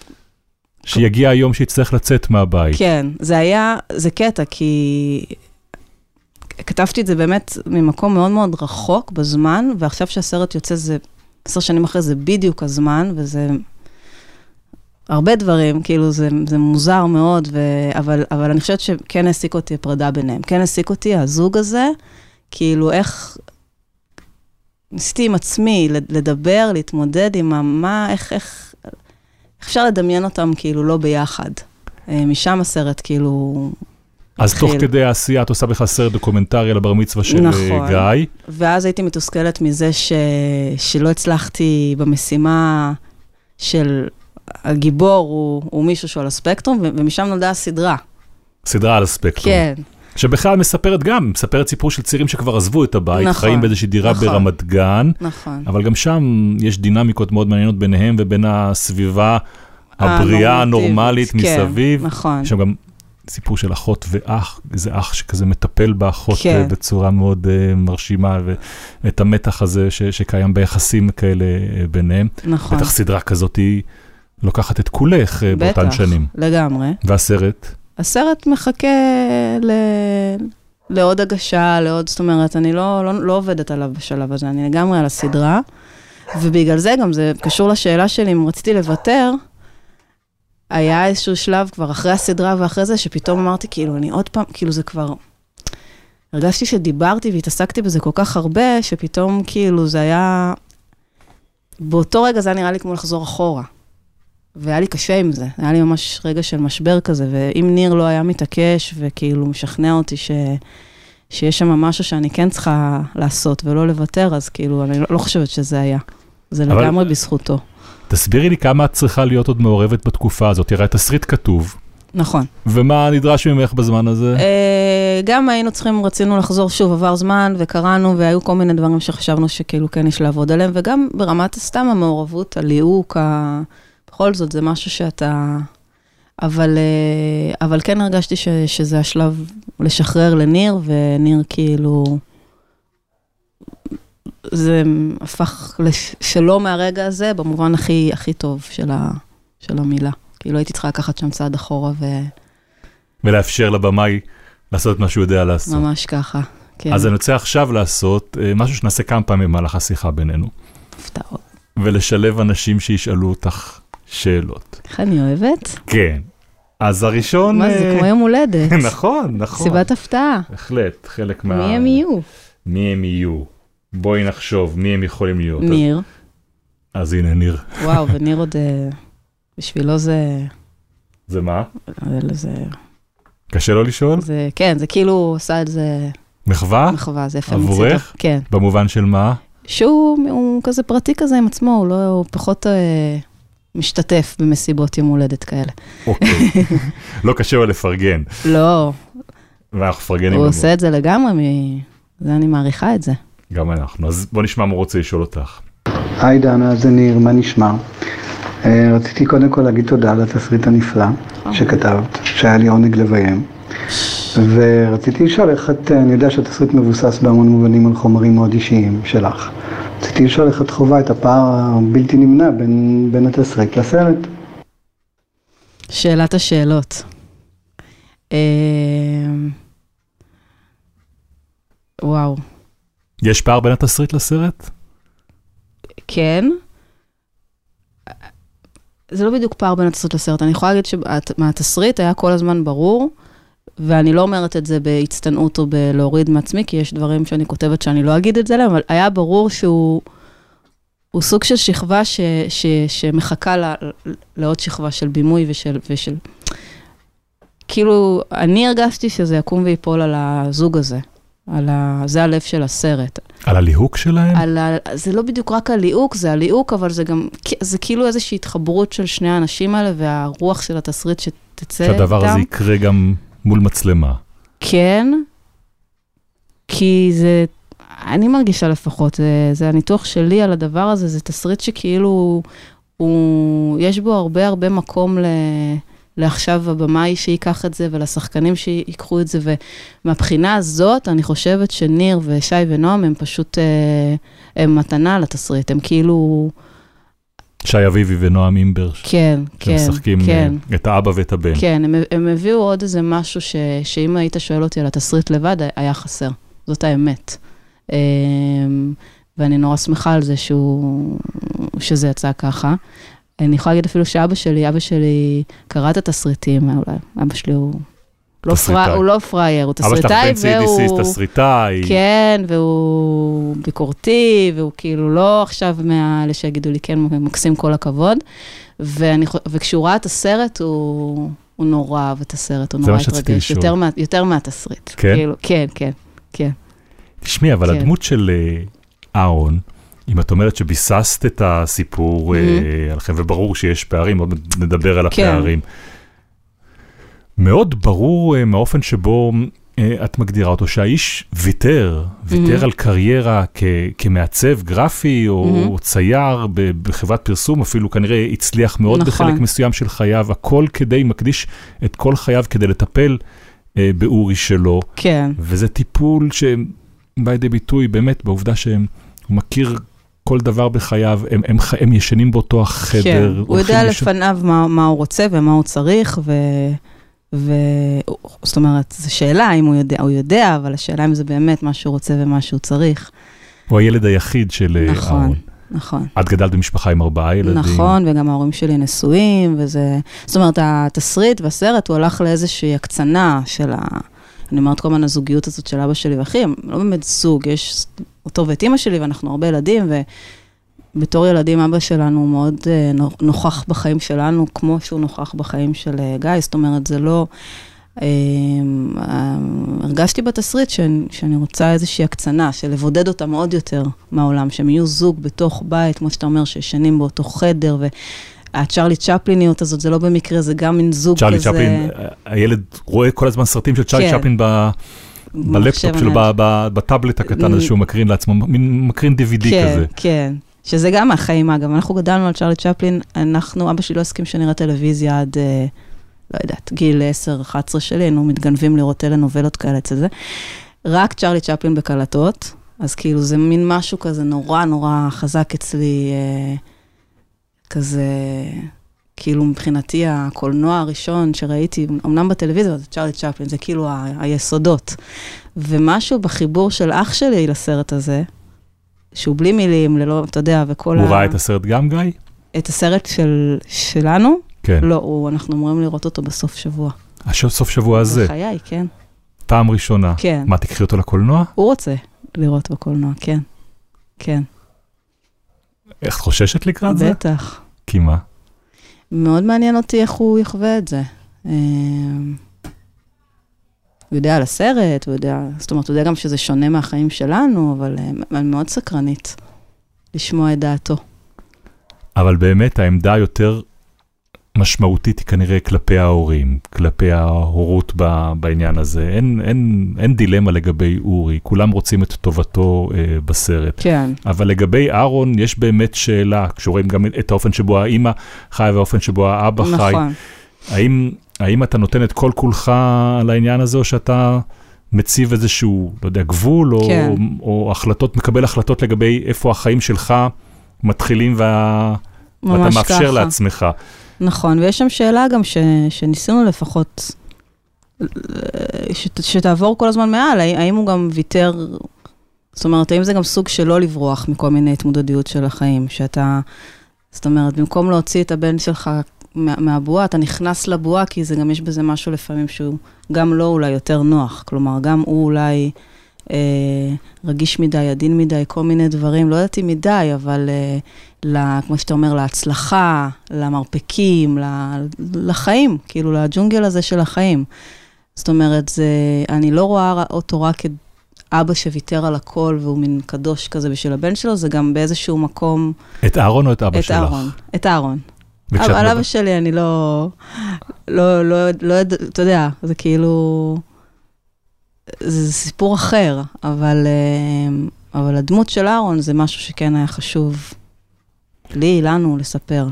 שיגיע היום שיצטרך לצאת מהבית. כן, זה היה, זה קטע, כי כתבתי את זה באמת ממקום מאוד מאוד רחוק בזמן, ועכשיו שהסרט יוצא זה... עשר שנים אחרי זה בדיוק הזמן, וזה הרבה דברים, כאילו זה, זה מוזר מאוד, ו... אבל, אבל אני חושבת שכן העסיק אותי הפרדה ביניהם. כן העסיק אותי הזוג הזה, כאילו איך ניסיתי עם עצמי לדבר, להתמודד עם מה, איך, איך, אפשר לדמיין אותם כאילו לא ביחד. משם הסרט כאילו... אז תוך כדי העשייה, את עושה בכלל סרט דוקומנטרי על הבר מצווה של נכון. גיא. ואז הייתי מתוסכלת מזה ש... שלא הצלחתי במשימה של הגיבור, הוא, הוא מישהו שהוא על הספקטרום, ו... ומשם נולדה הסדרה. סדרה על הספקטרום. כן. שבכלל מספרת גם, מספרת סיפור של צעירים שכבר עזבו את הבית, נכון, חיים באיזושהי דירה נכון, ברמת גן, נכון. אבל גם שם יש דינמיקות מאוד מעניינות ביניהם, ובין הסביבה הבריאה הנורמלית כן, מסביב. נכון. יש שם גם סיפור של אחות ואח, איזה אח שכזה מטפל באחות כן. בצורה מאוד uh, מרשימה, ואת המתח הזה ש, שקיים ביחסים כאלה uh, ביניהם. נכון. בטח סדרה כזאת היא לוקחת את כולך uh, באותן שנים. בטח, לגמרי. והסרט? הסרט מחכה ל... לעוד הגשה, לעוד, זאת אומרת, אני לא, לא, לא עובדת עליו בשלב הזה, אני לגמרי על הסדרה, ובגלל זה גם זה קשור לשאלה שלי, אם רציתי לוותר, היה איזשהו שלב כבר אחרי הסדרה ואחרי זה, שפתאום אמרתי, כאילו, אני עוד פעם, כאילו זה כבר, הרגשתי שדיברתי והתעסקתי בזה כל כך הרבה, שפתאום כאילו זה היה, באותו רגע זה היה נראה לי כמו לחזור אחורה. והיה לי קשה עם זה, היה לי ממש רגע של משבר כזה, ואם ניר לא היה מתעקש וכאילו משכנע אותי ש... שיש שם משהו שאני כן צריכה לעשות ולא לוותר, אז כאילו אני לא, לא חושבת שזה היה. זה אבל... לגמרי בזכותו. תסבירי לי כמה את צריכה להיות עוד מעורבת בתקופה הזאת, תראה, תסריט כתוב. נכון. ומה נדרש ממך בזמן הזה? גם היינו צריכים, רצינו לחזור שוב, עבר זמן וקראנו, והיו כל מיני דברים שחשבנו שכאילו כן יש לעבוד עליהם, וגם ברמת סתם המעורבות, הליהוק, ה... בכל זאת זה משהו שאתה... אבל, אבל כן הרגשתי ש... שזה השלב לשחרר לניר, וניר כאילו... זה הפך שלא מהרגע הזה, במובן הכי, הכי טוב של, ה... של המילה. כאילו הייתי צריכה לקחת שם צעד אחורה ו... ולאפשר לבמאי לעשות מה שהוא יודע לעשות. ממש ככה, כן. אז אני רוצה עכשיו לעשות משהו שנעשה כמה פעמים במהלך השיחה בינינו. הפתעות. ולשלב אנשים שישאלו אותך שאלות. איך אני אוהבת? כן. אז הראשון... מה זה, כמו יום הולדת. נכון, נכון. סיבת הפתעה. בהחלט, חלק מה... מי הם יהיו? מי הם יהיו? בואי נחשוב, מי הם יכולים להיות. ניר. אז הנה, ניר. וואו, וניר עוד... בשבילו זה... זה מה? זה... קשה לו לשאול? זה, כן, זה כאילו עושה את זה... מחווה? מחווה, זה יפה. עבורך? כן. במובן של מה? שהוא הוא כזה פרטי כזה עם עצמו, הוא לא, הוא פחות... משתתף במסיבות יום הולדת כאלה. אוקיי. לא קשה לו לפרגן. לא. ואנחנו פרגנים. הוא עושה את זה לגמרי, זה אני מעריכה את זה. גם אנחנו. אז בוא נשמע מה רוצה לשאול אותך. היי דנה, זה ניר, מה נשמע? רציתי קודם כל להגיד תודה על התסריט הנפלא שכתבת, שהיה לי עונג לביים. ורציתי לשאול איך את, אני יודע שהתסריט מבוסס בהמון מובנים על חומרים מאוד אישיים שלך. רציתי לשאול איך את חובה את הפער הבלתי נמנע בין, בין התסריט לסרט. שאלת השאלות. וואו. יש פער בין התסריט לסרט? כן. זה לא בדיוק פער בין התסריט לסרט. אני יכולה להגיד שמהתסריט היה כל הזמן ברור, ואני לא אומרת את זה בהצטנעות או בלהוריד מעצמי, כי יש דברים שאני כותבת שאני לא אגיד את זה להם, אבל היה ברור שהוא הוא סוג של שכבה ש, ש, שמחכה לה, לעוד שכבה של בימוי ושל, ושל... כאילו, אני הרגשתי שזה יקום ויפול על הזוג הזה. על ה... זה הלב של הסרט. על הליהוק שלהם? על ה... זה לא בדיוק רק הליהוק, זה הליהוק, אבל זה גם, זה כאילו איזושהי התחברות של שני האנשים האלה, והרוח של התסריט שתצא איתם. שהדבר הזה יקרה גם מול מצלמה. כן, כי זה, אני מרגישה לפחות, זה, זה הניתוח שלי על הדבר הזה, זה תסריט שכאילו, הוא, יש בו הרבה הרבה מקום ל... לעכשיו הבמאי שיקח את זה, ולשחקנים שיקחו את זה, ומהבחינה הזאת, אני חושבת שניר ושי ונועם, הם פשוט, הם מתנה לתסריט, הם כאילו... שי אביבי ונועם אימבר. כן, כן, שמשחקים כן. את האבא ואת הבן. כן, הם, הם הביאו עוד איזה משהו, ש, שאם היית שואל אותי על התסריט לבד, היה חסר. זאת האמת. ואני נורא שמחה על זה שהוא, שזה יצא ככה. אני יכולה להגיד אפילו שאבא שלי, אבא שלי קרא את התסריטים, אולי, אבא שלי הוא לא, פרא, הוא לא פרייר, הוא תסריטאי, אבא שלך בן סידיסיס, תסריטאי. כן, והוא ביקורתי, והוא כאילו לא עכשיו מהאלה שיגידו לי, כן, מקסים כל הכבוד, ואני, וכשהוא ראה את הסרט, הוא, הוא נורא אהב את הסרט, הוא נורא התרגש, יותר, מה, יותר מהתסריט. כן? כאילו, כן, כן, כן. תשמעי, אבל כן. הדמות של אהרון, אם את אומרת שביססת את הסיפור mm-hmm. עליכם, וברור שיש פערים, עוד נדבר על כן. הפערים. מאוד ברור מהאופן שבו את מגדירה אותו, שהאיש ויתר, ויתר mm-hmm. על קריירה כ- כמעצב גרפי, או mm-hmm. צייר בחברת פרסום, אפילו כנראה הצליח מאוד נכון. בחלק מסוים של חייו, הכל כדי, מקדיש את כל חייו כדי לטפל אה, באורי שלו. כן. וזה טיפול שבא לידי ביטוי באמת בעובדה שהוא מכיר כל דבר בחייו, הם, הם, הם ישנים באותו החדר. כן, הוא יודע לשן... לפניו מה, מה הוא רוצה ומה הוא צריך, ו... ו... זאת אומרת, זו שאלה אם הוא יודע, הוא יודע, אבל השאלה אם זה באמת מה שהוא רוצה ומה שהוא צריך. הוא הילד היחיד של נכון, אהרון. נכון. את גדלת במשפחה עם ארבעה ילדים. נכון, וגם ההורים שלי נשואים, וזה... זאת אומרת, התסריט והסרט, הוא הלך לאיזושהי הקצנה של ה... אני אומרת כל הזמן, הזוגיות הזאת של אבא שלי ואחי, הם לא באמת זוג, יש אותו ואת אמא שלי, ואנחנו הרבה ילדים, ובתור ילדים אבא שלנו מאוד נוכח בחיים שלנו, כמו שהוא נוכח בחיים של גיא, זאת אומרת, זה לא... הרגשתי בתסריט שאני רוצה איזושהי הקצנה, של לבודד אותם עוד יותר מהעולם, שהם יהיו זוג בתוך בית, כמו שאתה אומר, שישנים באותו חדר, ו... הצ'רלי צ'פליניות הזאת, זה לא במקרה, זה גם מין זוג צ'רלי כזה. צ'פלין, הילד רואה כל הזמן סרטים של צ'רלי כן. צ'פלין ב... בלפטופ שלו, ב... ב... בטאבלט הקטן הזה שהוא מקרין לעצמו, מין מקרין די וי די כן, כזה. כן, שזה גם החיים, אגב. אנחנו גדלנו על צ'רלי צ'פלין, אנחנו, אבא שלי לא הסכים שנראה טלוויזיה עד, לא יודעת, גיל עשר אחת עשרה שלי, היינו מתגנבים לראות טלנובלות כאלה אצל זה. רק צ'רלי צ'פלין בקלטות, אז כאילו זה מין משהו כזה נורא נורא חזק אצלי, כזה, כאילו מבחינתי הקולנוע הראשון שראיתי, אמנם בטלוויזיה, זה צ'רלי צ'פלין, זה כאילו ה- היסודות. ומשהו בחיבור של אח שלי לסרט הזה, שהוא בלי מילים, ללא, אתה יודע, וכל הוא ה... ראה את הסרט גם, גיא? את הסרט של, שלנו? כן. לא, הוא, אנחנו אמורים לראות אותו בסוף שבוע. הסוף שבוע הזה? בחיי, כן. פעם ראשונה. כן. מה, תקחי אותו לקולנוע? הוא רוצה לראות בקולנוע, כן. כן. איך את חוששת לקראת זה? בטח. כי מה? מאוד מעניין אותי איך הוא יחווה את זה. הוא יודע על הסרט, הוא יודע, זאת אומרת, הוא יודע גם שזה שונה מהחיים שלנו, אבל אני מאוד סקרנית לשמוע את דעתו. אבל באמת העמדה יותר משמעותית היא כנראה כלפי ההורים, כלפי ההורות בעניין הזה. אין, אין, אין דילמה לגבי אורי, כולם רוצים את טובתו אה, בסרט. כן. אבל לגבי אהרון יש באמת שאלה, כשרואים גם את האופן שבו האמא חי והאופן שבו האבא חי. נכון. האם, האם אתה נותן את כל כולך על העניין הזה, או שאתה מציב איזשהו, לא יודע, גבול, או, כן. או, או החלטות, מקבל החלטות לגבי איפה החיים שלך מתחילים וה... ואתה מאפשר ככה. לעצמך. נכון, ויש שם שאלה גם ש, שניסינו לפחות, ש, שתעבור כל הזמן מעל, האם הוא גם ויתר, זאת אומרת, האם זה גם סוג שלא לברוח מכל מיני התמודדות של החיים, שאתה, זאת אומרת, במקום להוציא את הבן שלך מה, מהבועה, אתה נכנס לבועה, כי זה גם יש בזה משהו לפעמים שהוא גם לא אולי יותר נוח, כלומר, גם הוא אולי אה, רגיש מדי, עדין מדי, כל מיני דברים, לא ידעתי מדי, אבל... אה, כמו שאתה אומר, להצלחה, למרפקים, לחיים, כאילו לג'ונגל הזה של החיים. זאת אומרת, זה, אני לא רואה אותו רק כאבא שוויתר על הכל, והוא מין קדוש כזה בשביל הבן שלו, זה גם באיזשהו מקום... את אהרון או את אבא את שלך? אהרון, את אהרון. על אבא שלי אני לא, לא, לא, לא, אתה יודע, זה כאילו, זה סיפור אחר, אבל, אבל הדמות של אהרון זה משהו שכן היה חשוב לי, לנו, לספר,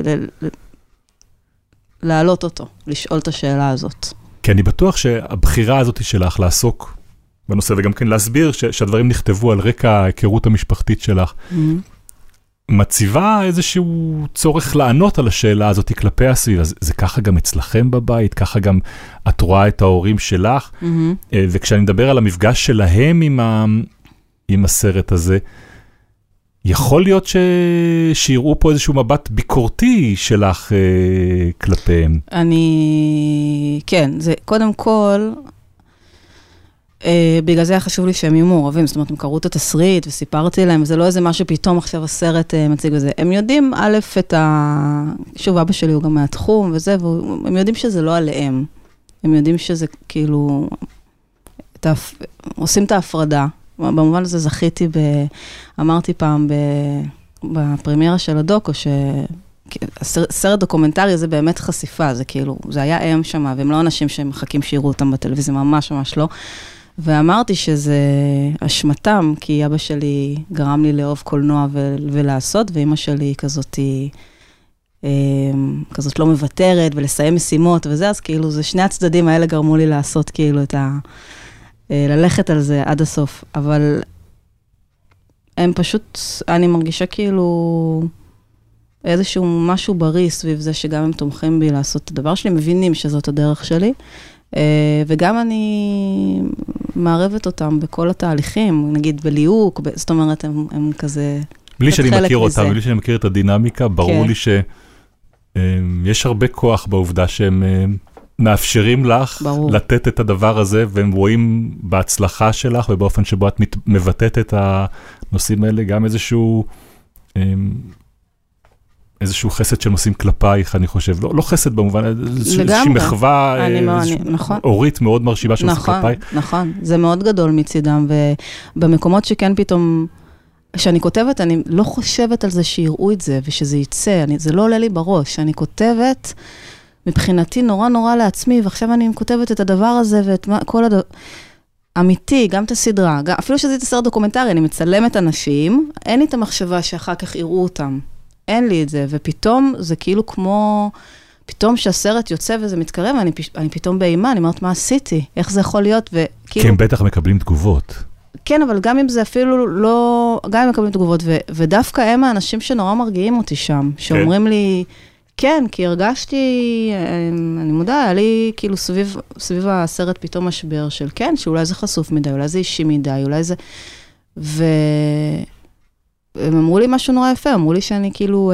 להעלות אותו, לשאול את השאלה הזאת. כי אני בטוח שהבחירה הזאת שלך לעסוק בנושא, וגם כן להסביר שהדברים נכתבו על רקע ההיכרות המשפחתית שלך, מציבה איזשהו צורך לענות על השאלה הזאת כלפי הסביבה. זה ככה גם אצלכם בבית, ככה גם את רואה את ההורים שלך, וכשאני מדבר על המפגש שלהם עם הסרט הזה, יכול להיות ש... שיראו פה איזשהו מבט ביקורתי שלך אה, כלפיהם. אני... כן, זה קודם כל, אה, בגלל זה היה חשוב לי שהם יהיו מעורבים, זאת אומרת, הם קראו את התסריט וסיפרתי להם, וזה לא איזה משהו פתאום עכשיו הסרט אה, מציג בזה. הם יודעים, א', את ה... שוב, אבא שלי הוא גם מהתחום וזה, והם יודעים שזה לא עליהם. הם יודעים שזה כאילו... את ה... עושים את ההפרדה. במובן הזה זכיתי, ב... אמרתי פעם ב... בפרמיירה של הדוקו, שסרט דוקומנטרי זה באמת חשיפה, זה כאילו, זה היה הם שמה, והם לא אנשים שמחכים שיראו אותם בטלוויזיה, ממש ממש לא. ואמרתי שזה אשמתם, כי אבא שלי גרם לי לאהוב קולנוע ו... ולעשות, ואמא שלי כזאת, כזאת לא מוותרת, ולסיים משימות וזה, אז כאילו, זה שני הצדדים האלה גרמו לי לעשות כאילו את ה... ללכת על זה עד הסוף, אבל הם פשוט, אני מרגישה כאילו איזשהו משהו בריא סביב זה שגם הם תומכים בי לעשות את הדבר שלי, מבינים שזאת הדרך שלי, וגם אני מערבת אותם בכל התהליכים, נגיד בליהוק, זאת אומרת, הם, הם כזה... בלי שאני מכיר אותם, בלי שאני מכיר את הדינמיקה, ברור לי שיש הרבה כוח בעובדה שהם... מאפשרים לך ברור. לתת את הדבר הזה, והם רואים בהצלחה שלך, ובאופן שבו את מבטאת את הנושאים האלה, גם איזשהו, איזשהו חסד שהם עושים כלפייך, אני חושב. לא, לא חסד במובן, איזושהי מחווה נכון. אורית מאוד מרשיבה שהם עושים כלפייך. נכון, זה מאוד גדול מצידם, ובמקומות שכן פתאום, כשאני כותבת, אני לא חושבת על זה שיראו את זה, ושזה יצא, אני, זה לא עולה לי בראש. אני כותבת... מבחינתי נורא נורא לעצמי, ועכשיו אני כותבת את הדבר הזה, ואת כל הדבר... אמיתי, גם את הסדרה, גם, אפילו שזה סרט דוקומנטרי, אני מצלמת אנשים, אין לי את המחשבה שאחר כך יראו אותם. אין לי את זה, ופתאום זה כאילו כמו... פתאום שהסרט יוצא וזה מתקרב, אני, אני פתאום באימה, אני אומרת, מה עשיתי? איך זה יכול להיות? וכאילו... כי הם בטח מקבלים תגובות. כן, אבל גם אם זה אפילו לא... גם אם מקבלים תגובות, ו... ודווקא הם האנשים שנורא מרגיעים אותי שם, שאומרים כן. לי... כן, כי הרגשתי, אני מודה, היה לי כאילו סביב, סביב הסרט פתאום משבר של כן, שאולי זה חשוף מדי, אולי זה אישי מדי, אולי זה... והם אמרו לי משהו נורא יפה, אמרו לי שאני כאילו,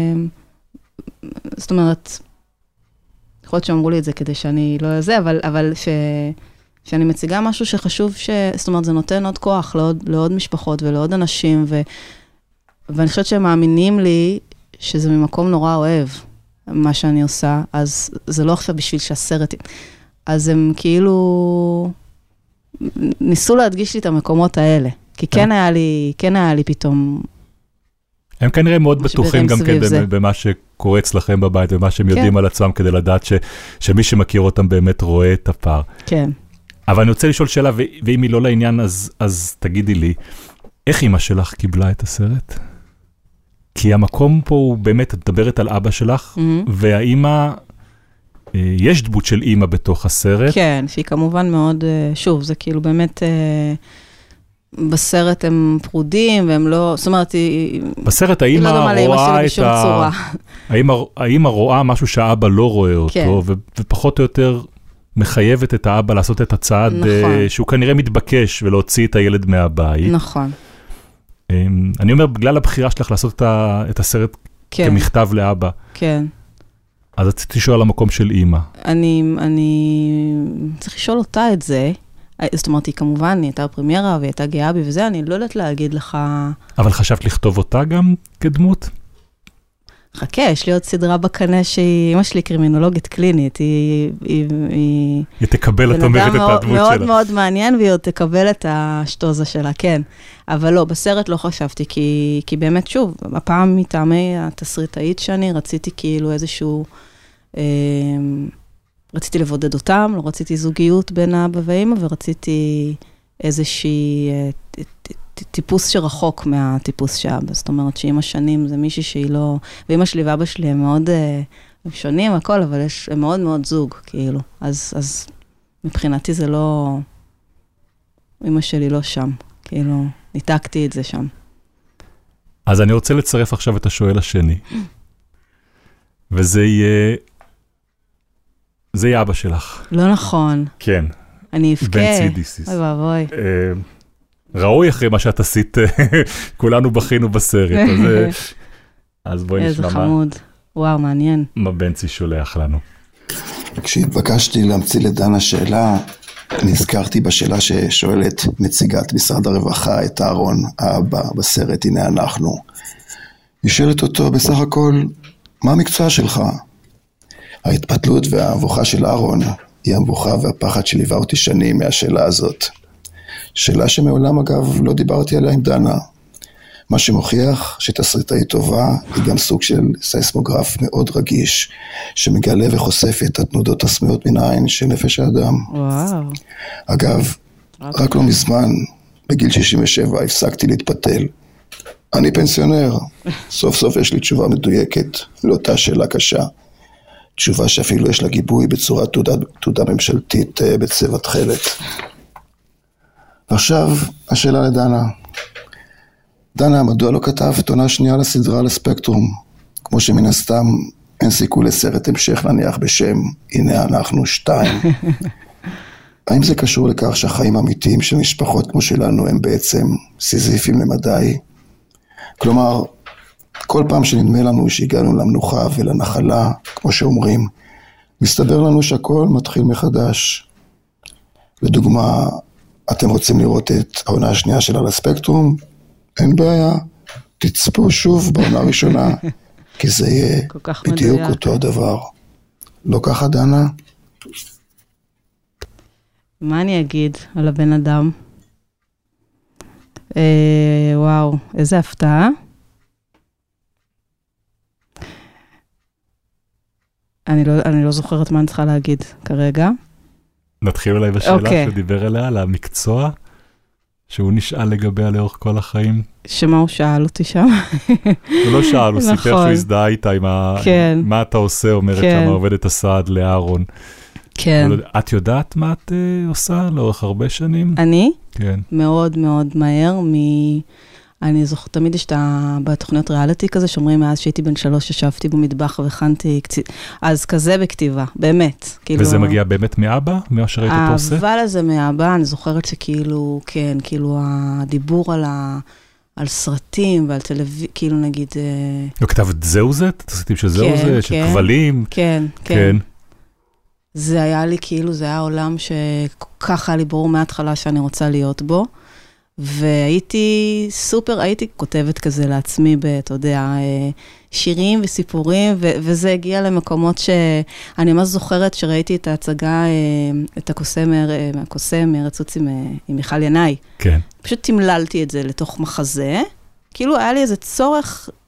זאת אומרת, יכול להיות שאמרו לי את זה כדי שאני לא אעזה, אבל, אבל ש... שאני מציגה משהו שחשוב, ש... זאת אומרת, זה נותן עוד כוח לעוד, לעוד משפחות ולעוד אנשים, ו... ואני חושבת שהם מאמינים לי, שזה ממקום נורא אוהב, מה שאני עושה, אז זה לא עכשיו בשביל שהסרט... אז הם כאילו... ניסו להדגיש לי את המקומות האלה, כי כן היה לי, כן היה לי פתאום... הם כנראה מאוד בטוחים גם כן במה שקורה אצלכם בבית, ומה שהם יודעים על עצמם, כדי לדעת שמי שמכיר אותם באמת רואה את הפער. כן. אבל אני רוצה לשאול שאלה, ואם היא לא לעניין, אז תגידי לי, איך אמא שלך קיבלה את הסרט? כי המקום פה הוא באמת, את מדברת על אבא שלך, והאמא, יש דמות של אמא בתוך הסרט. כן, שהיא כמובן מאוד, שוב, זה כאילו באמת, בסרט הם פרודים, והם לא, זאת אומרת, היא... בסרט האמא רואה את ה... האמא רואה משהו שהאבא לא רואה אותו, ופחות או יותר מחייבת את האבא לעשות את הצעד, שהוא כנראה מתבקש, ולהוציא את הילד מהבית. נכון. אני אומר, בגלל הבחירה שלך לעשות את הסרט כמכתב לאבא. כן. אז רציתי לשאול על המקום של אמא. אני, אני צריך לשאול אותה את זה. זאת אומרת, היא כמובן, היא הייתה פרמיירה, והיא הייתה גאה בי וזה, אני לא יודעת להגיד לך... אבל חשבת לכתוב אותה גם כדמות? חכה, יש לי עוד סדרה בקנה שהיא, אמא שלי קרימינולוגית קלינית, היא... היא, היא, היא תקבל, את אומרת, את הדמות שלה. מאוד מאוד מעניין, והיא עוד תקבל את השטוזה שלה, כן. אבל לא, בסרט לא חשבתי, כי, כי באמת, שוב, הפעם מטעמי התסריטאית שאני, רציתי כאילו איזשהו... אה, רציתי לבודד אותם, לא רציתי זוגיות בין האבא ואמא, ורציתי איזושהי טיפוס שרחוק מהטיפוס שאבא. זאת אומרת שעם השנים זה מישהי שהיא לא... ואמא שלי ואבא שלי הם מאוד הם שונים, הכל, אבל יש, הם מאוד מאוד זוג, כאילו. אז, אז מבחינתי זה לא... אמא שלי לא שם, כאילו, ניתקתי את זה שם. אז אני רוצה לצרף עכשיו את השואל השני. וזה יהיה... זה יהיה אבא שלך. לא נכון. כן. אני אבכה. בן צידיסיס. אוי ואבוי. ראוי אחרי מה שאת עשית, כולנו בכינו בסרט. אז בואי נשמע מה... איזה חמוד. וואו, מעניין. מה בנצי שולח לנו. כשהתבקשתי להמציא לדנה שאלה, נזכרתי בשאלה ששואלת נציגת משרד הרווחה את אהרון, האבא בסרט, הנה אנחנו. היא שואלת אותו, בסך הכל, מה המקצוע שלך? ההתפתלות והמבוכה של אהרון היא המבוכה והפחד שליווה אותי שנים מהשאלה הזאת. שאלה שמעולם אגב לא דיברתי עליה עם דנה. מה שמוכיח שתסריטאית טובה היא גם סוג של סייסמוגרף מאוד רגיש, שמגלה וחושף את התנודות הסמויות מן העין של נפש האדם. וואו. אגב, רק לא מזמן, בגיל שישים ושבע, הפסקתי להתפתל. אני פנסיונר. סוף סוף יש לי תשובה מדויקת לאותה שאלה קשה. תשובה שאפילו יש לה גיבוי בצורת תעודה, תעודה ממשלתית בצבע תכלת. ועכשיו, השאלה לדנה. דנה, מדוע לא כתבת עונה שנייה לסדרה לספקטרום? כמו שמן הסתם אין סיכוי לסרט המשך נניח בשם, הנה אנחנו שתיים. האם זה קשור לכך שהחיים האמיתיים של משפחות כמו שלנו הם בעצם סיזיפיים למדי? כלומר, כל פעם שנדמה לנו שהגענו למנוחה ולנחלה, כמו שאומרים, מסתבר לנו שהכל מתחיל מחדש. לדוגמה, אתם רוצים לראות את העונה השנייה שלה לספקטרום? אין בעיה, תצפו שוב בעונה הראשונה, כי זה יהיה בדיוק אותו הדבר. לא ככה, דנה? מה אני אגיד על הבן אדם? אה, וואו, איזה הפתעה. אני לא, אני לא זוכרת מה אני צריכה להגיד כרגע. נתחיל אולי בשאלה okay. שדיבר אליה, על המקצוע, שהוא נשאל לגביה לאורך כל החיים. שמה הוא שאל אותי שם? הוא לא שאל, הוא סיפר שהוא הזדהה איתה עם כן. מה אתה עושה, אומרת כן. שם עובדת הסעד לאהרון. כן. את יודעת מה את uh, עושה לאורך הרבה שנים? אני? כן. מאוד מאוד מהר מ... אני זוכרת, תמיד יש בתוכניות ריאליטי כזה, שאומרים מאז שהייתי בן שלוש, ישבתי במטבח וכנתי, אז כזה בכתיבה, באמת. וזה מגיע באמת מאבא? מה שראית אותו עושה? אבל זה מאבא, אני זוכרת שכאילו, כן, כאילו הדיבור על, ה, על סרטים ועל טלוויזיה, כאילו נגיד... לא כתבת זהו זה? תסריטים של זהו זה? של כבלים? כן, כן. זה היה לי כאילו, זה היה עולם שכל כך היה לי ברור מההתחלה שאני רוצה להיות בו. והייתי סופר, הייתי כותבת כזה לעצמי, אתה יודע, שירים וסיפורים, וזה הגיע למקומות שאני ממש זוכרת שראיתי את ההצגה, את הקוסם, הקוסם, רצוץ עם, עם מיכל ינאי. כן. פשוט תמללתי את זה לתוך מחזה, כאילו היה לי איזה צורך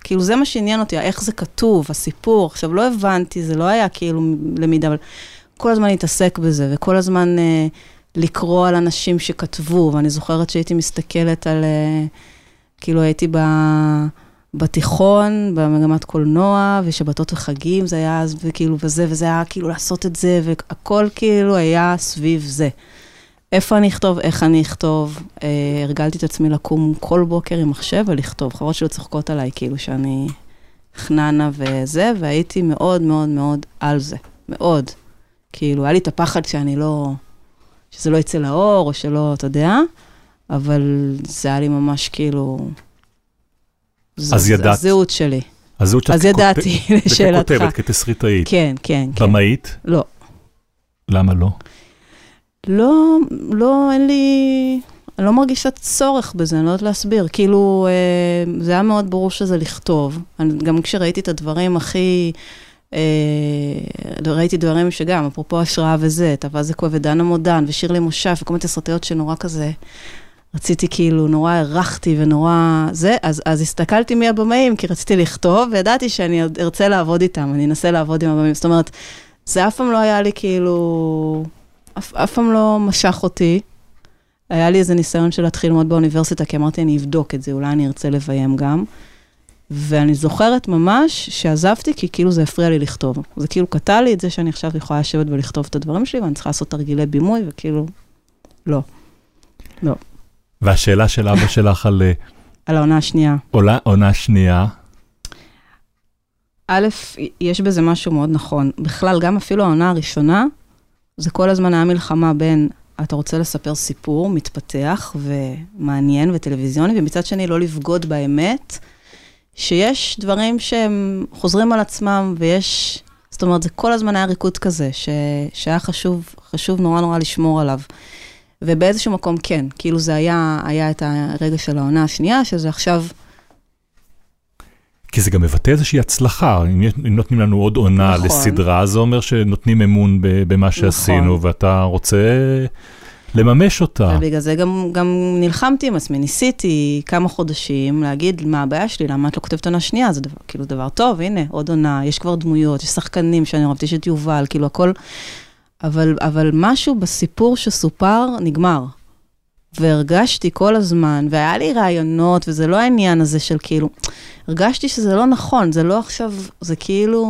כאילו זה מה שעניין אותי, איך זה כתוב, הסיפור. עכשיו לא הבנתי, זה לא היה כאילו למידה, אבל כל הזמן להתעסק בזה, וכל הזמן אה, לקרוא על אנשים שכתבו, ואני זוכרת שהייתי מסתכלת על, אה, כאילו הייתי ב... בתיכון, במגמת קולנוע, ושבתות וחגים, זה היה אז, וכאילו, וזה, וזה היה כאילו לעשות את זה, והכל כאילו היה סביב זה. איפה אני אכתוב, איך אני אכתוב, אה, הרגלתי את עצמי לקום כל בוקר עם מחשב ולכתוב, חברות שלא צוחקות עליי, כאילו שאני חננה וזה, והייתי מאוד מאוד מאוד על זה, מאוד. כאילו, היה לי את הפחד שאני לא, שזה לא יצא לאור, או שלא, אתה יודע, אבל זה היה לי ממש כאילו... אז ידעת. הזהות שלי. הזהות שאת אז ידעתי, לשאלתך. וכותבת, כתסריטאית. כן, כן, כן. במאית? לא. למה לא? לא, לא, אין לי... אני לא מרגישה צורך בזה, אני לא יודעת להסביר. כאילו, אה, זה היה מאוד ברור שזה לכתוב. אני, גם כשראיתי את הדברים הכי... אה, ראיתי דברים שגם, אפרופו השראה וזה, טבע זה כואב ודנה מודן, ושירלי מושף, וכל מיני תסריטאיות שנורא כזה... רציתי כאילו, נורא הרחתי ונורא זה, אז, אז הסתכלתי מי הבמאים, כי רציתי לכתוב, וידעתי שאני ארצה לעבוד איתם, אני אנסה לעבוד עם הבמאים. זאת אומרת, זה אף פעם לא היה לי כאילו, אף, אף פעם לא משך אותי. היה לי איזה ניסיון של להתחיל ללמוד באוניברסיטה, כי אמרתי, אני אבדוק את זה, אולי אני ארצה לביים גם. ואני זוכרת ממש שעזבתי, כי כאילו זה הפריע לי לכתוב. זה כאילו קטע לי את זה שאני עכשיו יכולה לשבת ולכתוב את הדברים שלי, ואני צריכה לעשות תרגילי בימוי, וכאילו, לא. לא. והשאלה של אבא שלך על... על העונה השנייה. עולה, עונה שנייה. א', יש בזה משהו מאוד נכון. בכלל, גם אפילו העונה הראשונה, זה כל הזמן היה מלחמה בין, אתה רוצה לספר סיפור, מתפתח ומעניין וטלוויזיוני, ומצד שני לא לבגוד באמת, שיש דברים שהם חוזרים על עצמם, ויש... זאת אומרת, זה כל הזמן היה ריקוד כזה, ש... שהיה חשוב, חשוב נורא נורא לשמור עליו. ובאיזשהו מקום כן, כאילו זה היה, היה את הרגע של העונה השנייה, שזה עכשיו... כי זה גם מבטא איזושהי הצלחה, אם נותנים לנו עוד עונה נכון. לסדרה, זה אומר שנותנים אמון במה שעשינו, נכון. ואתה רוצה לממש אותה. ובגלל זה גם, גם נלחמתי עם עצמי, ניסיתי כמה חודשים להגיד מה הבעיה שלי, למה את לא כותבת עונה שנייה, זה דבר, כאילו דבר טוב, הנה, עוד עונה, יש כבר דמויות, יש שחקנים שאני אוהבת, יש את יובל, כאילו הכל... אבל, אבל משהו בסיפור שסופר נגמר. והרגשתי כל הזמן, והיה לי רעיונות, וזה לא העניין הזה של כאילו, הרגשתי שזה לא נכון, זה לא עכשיו, זה כאילו...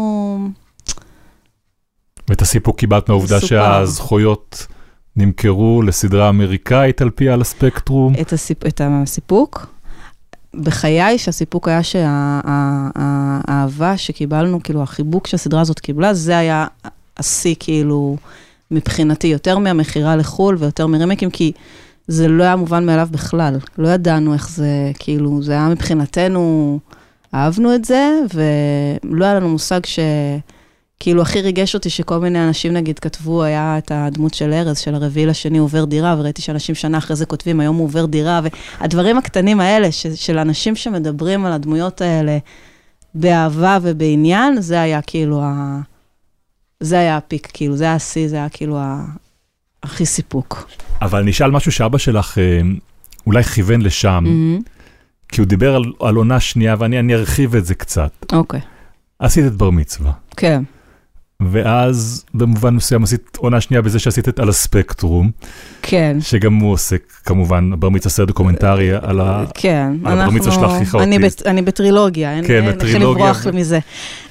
ואת הסיפוק קיבלת מהעובדה שהזכויות נמכרו לסדרה אמריקאית על פי על הספקטרום. את, הסיפ... את הסיפוק? בחיי שהסיפוק היה שהאהבה שקיבלנו, כאילו החיבוק שהסדרה הזאת קיבלה, זה היה... עשי כאילו מבחינתי יותר מהמחירה לחול ויותר מרימקים, כי זה לא היה מובן מאליו בכלל. לא ידענו איך זה, כאילו, זה היה מבחינתנו, אהבנו את זה, ולא היה לנו מושג שכאילו הכי ריגש אותי שכל מיני אנשים נגיד כתבו, היה את הדמות של ארז, של הרביעי לשני עובר דירה, וראיתי שאנשים שנה אחרי זה כותבים, היום הוא עובר דירה, והדברים הקטנים האלה ש, של אנשים שמדברים על הדמויות האלה באהבה ובעניין, זה היה כאילו ה... זה היה הפיק, כאילו, זה היה השיא, זה היה כאילו הכי סיפוק. אבל נשאל משהו שאבא שלך אולי כיוון לשם, כי הוא דיבר על, על עונה שנייה, ואני אני ארחיב את זה קצת. אוקיי. עשית את בר מצווה. כן. ואז במובן מסוים עשית עונה שנייה בזה שעשית את על הספקטרום. כן. שגם הוא עוסק, כמובן, בר מצווה סרט דוקומנטרי על כן, הבר מצווה שלך הכי חאוטי. אני, בת, אני בטרילוגיה, אין, כן, אין, בטרילוגיה. איך לברוח מזה.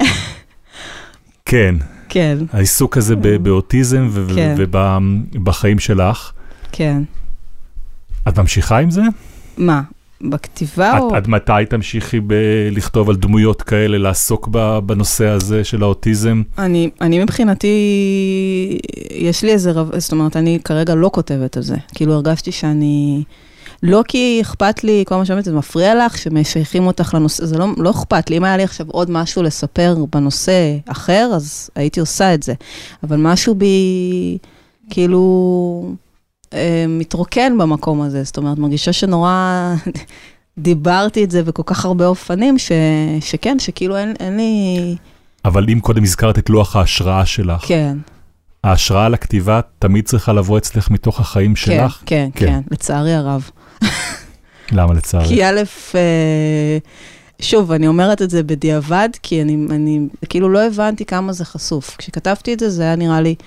כן. כן. העיסוק הזה באוטיזם ובחיים שלך. כן. את ממשיכה עם זה? מה? בכתיבה או... עד מתי תמשיכי לכתוב על דמויות כאלה, לעסוק בנושא הזה של האוטיזם? אני, אני מבחינתי, יש לי איזה רב... זאת אומרת, אני כרגע לא כותבת על זה. כאילו הרגשתי שאני... לא כי אכפת לי, כל מה שאומרת, זה מפריע לך, שמשייכים אותך לנושא, זה לא, לא אכפת לי, אם היה לי עכשיו עוד משהו לספר בנושא אחר, אז הייתי עושה את זה. אבל משהו בי, כאילו, אה, מתרוקן במקום הזה, זאת אומרת, מרגישה שנורא דיברתי את זה בכל כך הרבה אופנים, ש, שכן, שכאילו אין, אין לי... אבל אם קודם הזכרת את לוח ההשראה שלך, כן. ההשראה לכתיבה תמיד צריכה לבוא אצלך מתוך החיים שלך? כן, כן, כן, לצערי הרב. למה לצערי? כי א', שוב, אני אומרת את זה בדיעבד, כי אני, אני כאילו לא הבנתי כמה זה חשוף. כשכתבתי את זה, זה היה נראה לי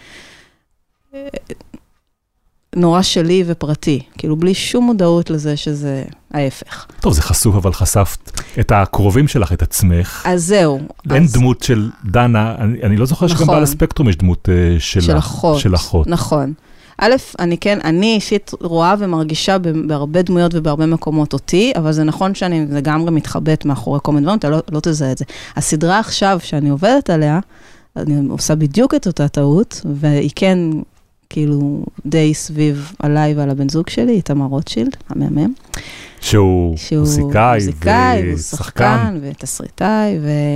נורא שלי ופרטי. כאילו, בלי שום מודעות לזה שזה ההפך. טוב, זה חשוף, אבל חשפת את הקרובים שלך, את עצמך. אז זהו. אין אז... דמות של דנה, אני, אני לא זוכר נכון. שגם בעל הספקטרום יש דמות uh, של, של אחות. של אחות. נכון. א', אני כן, אני אישית רואה ומרגישה בהרבה דמויות ובהרבה מקומות אותי, אבל זה נכון שאני לגמרי מתחבט מאחורי כל מיני דברים, אתה לא, לא תזהה את זה. הסדרה עכשיו שאני עובדת עליה, אני עושה בדיוק את אותה טעות, והיא כן כאילו די סביב עליי ועל הבן זוג שלי, איתמר רוטשילד, המאמן. שהוא מוזיקאי ושחקן ותסריטאי,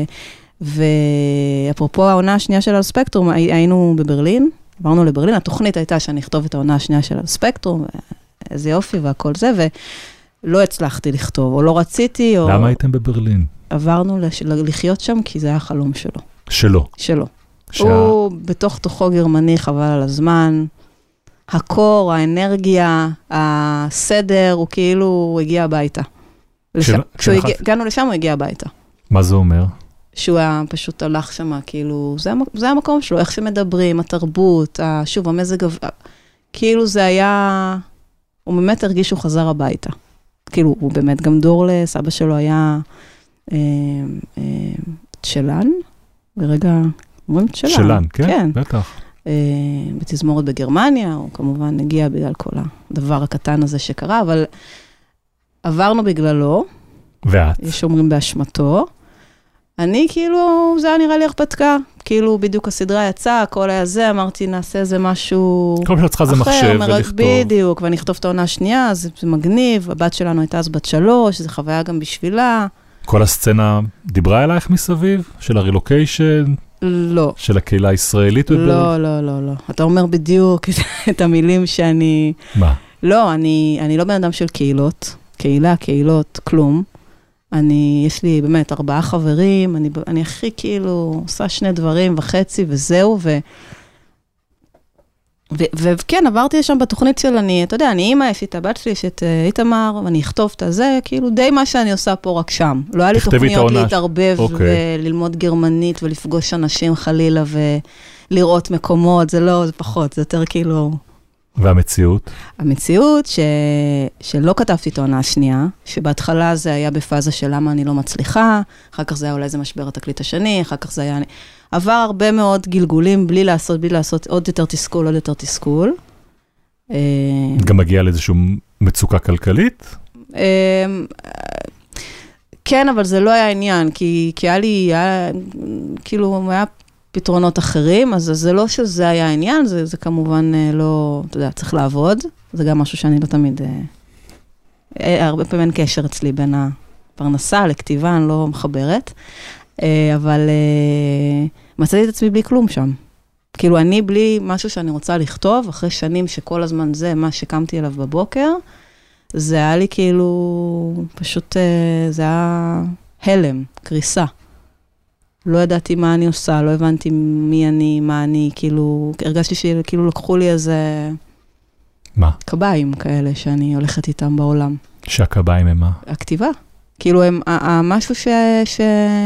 ואפרופו העונה השנייה של הספקטרום, היינו בברלין, עברנו לברלין, התוכנית הייתה שאני אכתוב את העונה השנייה של הספקטרום, איזה יופי והכל זה, ולא הצלחתי לכתוב, או לא רציתי, או... למה הייתם בברלין? עברנו לחיות שם, כי זה היה חלום שלו. שלו? שלו. הוא בתוך תוכו גרמני, חבל על הזמן, הקור, האנרגיה, הסדר, הוא כאילו, הוא הגיע הביתה. כשהגענו לשם, הוא הגיע הביתה. מה זה אומר? שהוא היה פשוט הלך שם, כאילו, זה, זה המקום שלו, איך שמדברים, התרבות, שוב, המזג, כאילו זה היה, הוא באמת הרגיש שהוא חזר הביתה. כאילו, הוא באמת גם דור לסבא שלו היה אה, אה, צ'לן, ברגע, אומרים צ'לן. צ'לן, כן, כן. בטח. אה, בתזמורת בגרמניה, הוא כמובן הגיע בגלל כל הדבר הקטן הזה שקרה, אבל עברנו בגללו. ואת? יש אומרים באשמתו. אני כאילו, זה היה נראה לי הרפתקה, כאילו בדיוק הסדרה יצאה, הכל היה זה, אמרתי נעשה איזה משהו כל מה שצריכה זה מחשב ולכתוב. בדיוק, ואני אכתוב את העונה השנייה, זה, זה מגניב, הבת שלנו הייתה אז בת שלוש, זה חוויה גם בשבילה. כל הסצנה דיברה אלייך מסביב? של הרילוקיישן? לא. של הקהילה הישראלית? לא, לא, לא, לא. אתה אומר בדיוק את המילים שאני... מה? לא, אני, אני לא בן אדם של קהילות, קהילה, קהילות, כלום. אני, יש לי באמת ארבעה חברים, אני, אני הכי כאילו עושה שני דברים וחצי וזהו, ו, ו, וכן, עברתי שם בתוכנית של אני, אתה יודע, אני אימא, יש לי את הבת שלי, יש את uh, איתמר, ואני אכתוב את הזה, כאילו די מה שאני עושה פה רק שם. לא היה לי תוכניות להתערבב okay. וללמוד גרמנית ולפגוש אנשים חלילה ולראות מקומות, זה לא, זה פחות, זה יותר כאילו... והמציאות? המציאות ש... שלא כתבתי את העונה השנייה, שבהתחלה זה היה בפאזה של למה אני לא מצליחה, אחר כך זה היה אולי זה משבר התקליט השני, אחר כך זה היה... עבר הרבה מאוד גלגולים בלי לעשות, בלי לעשות עוד יותר תסכול, עוד יותר תסכול. גם מגיע לאיזושהי מצוקה כלכלית? כן, אבל זה לא היה עניין, כי, כי היה לי, היה, כאילו, היה פתרונות אחרים, אז זה לא שזה היה העניין, זה, זה כמובן לא, אתה יודע, צריך לעבוד, זה גם משהו שאני לא תמיד, אה, הרבה פעמים אין קשר אצלי בין הפרנסה לכתיבה, אני לא מחברת, אה, אבל אה, מצאתי את עצמי בלי כלום שם. כאילו, אני בלי משהו שאני רוצה לכתוב, אחרי שנים שכל הזמן זה מה שקמתי אליו בבוקר, זה היה לי כאילו, פשוט, אה, זה היה הלם, קריסה. לא ידעתי מה אני עושה, לא הבנתי מי אני, מה אני, כאילו, הרגשתי שכאילו לקחו לי איזה... מה? קביים כאלה שאני הולכת איתם בעולם. שהקביים הם מה? הכתיבה. כאילו, הם, המשהו ש... ש...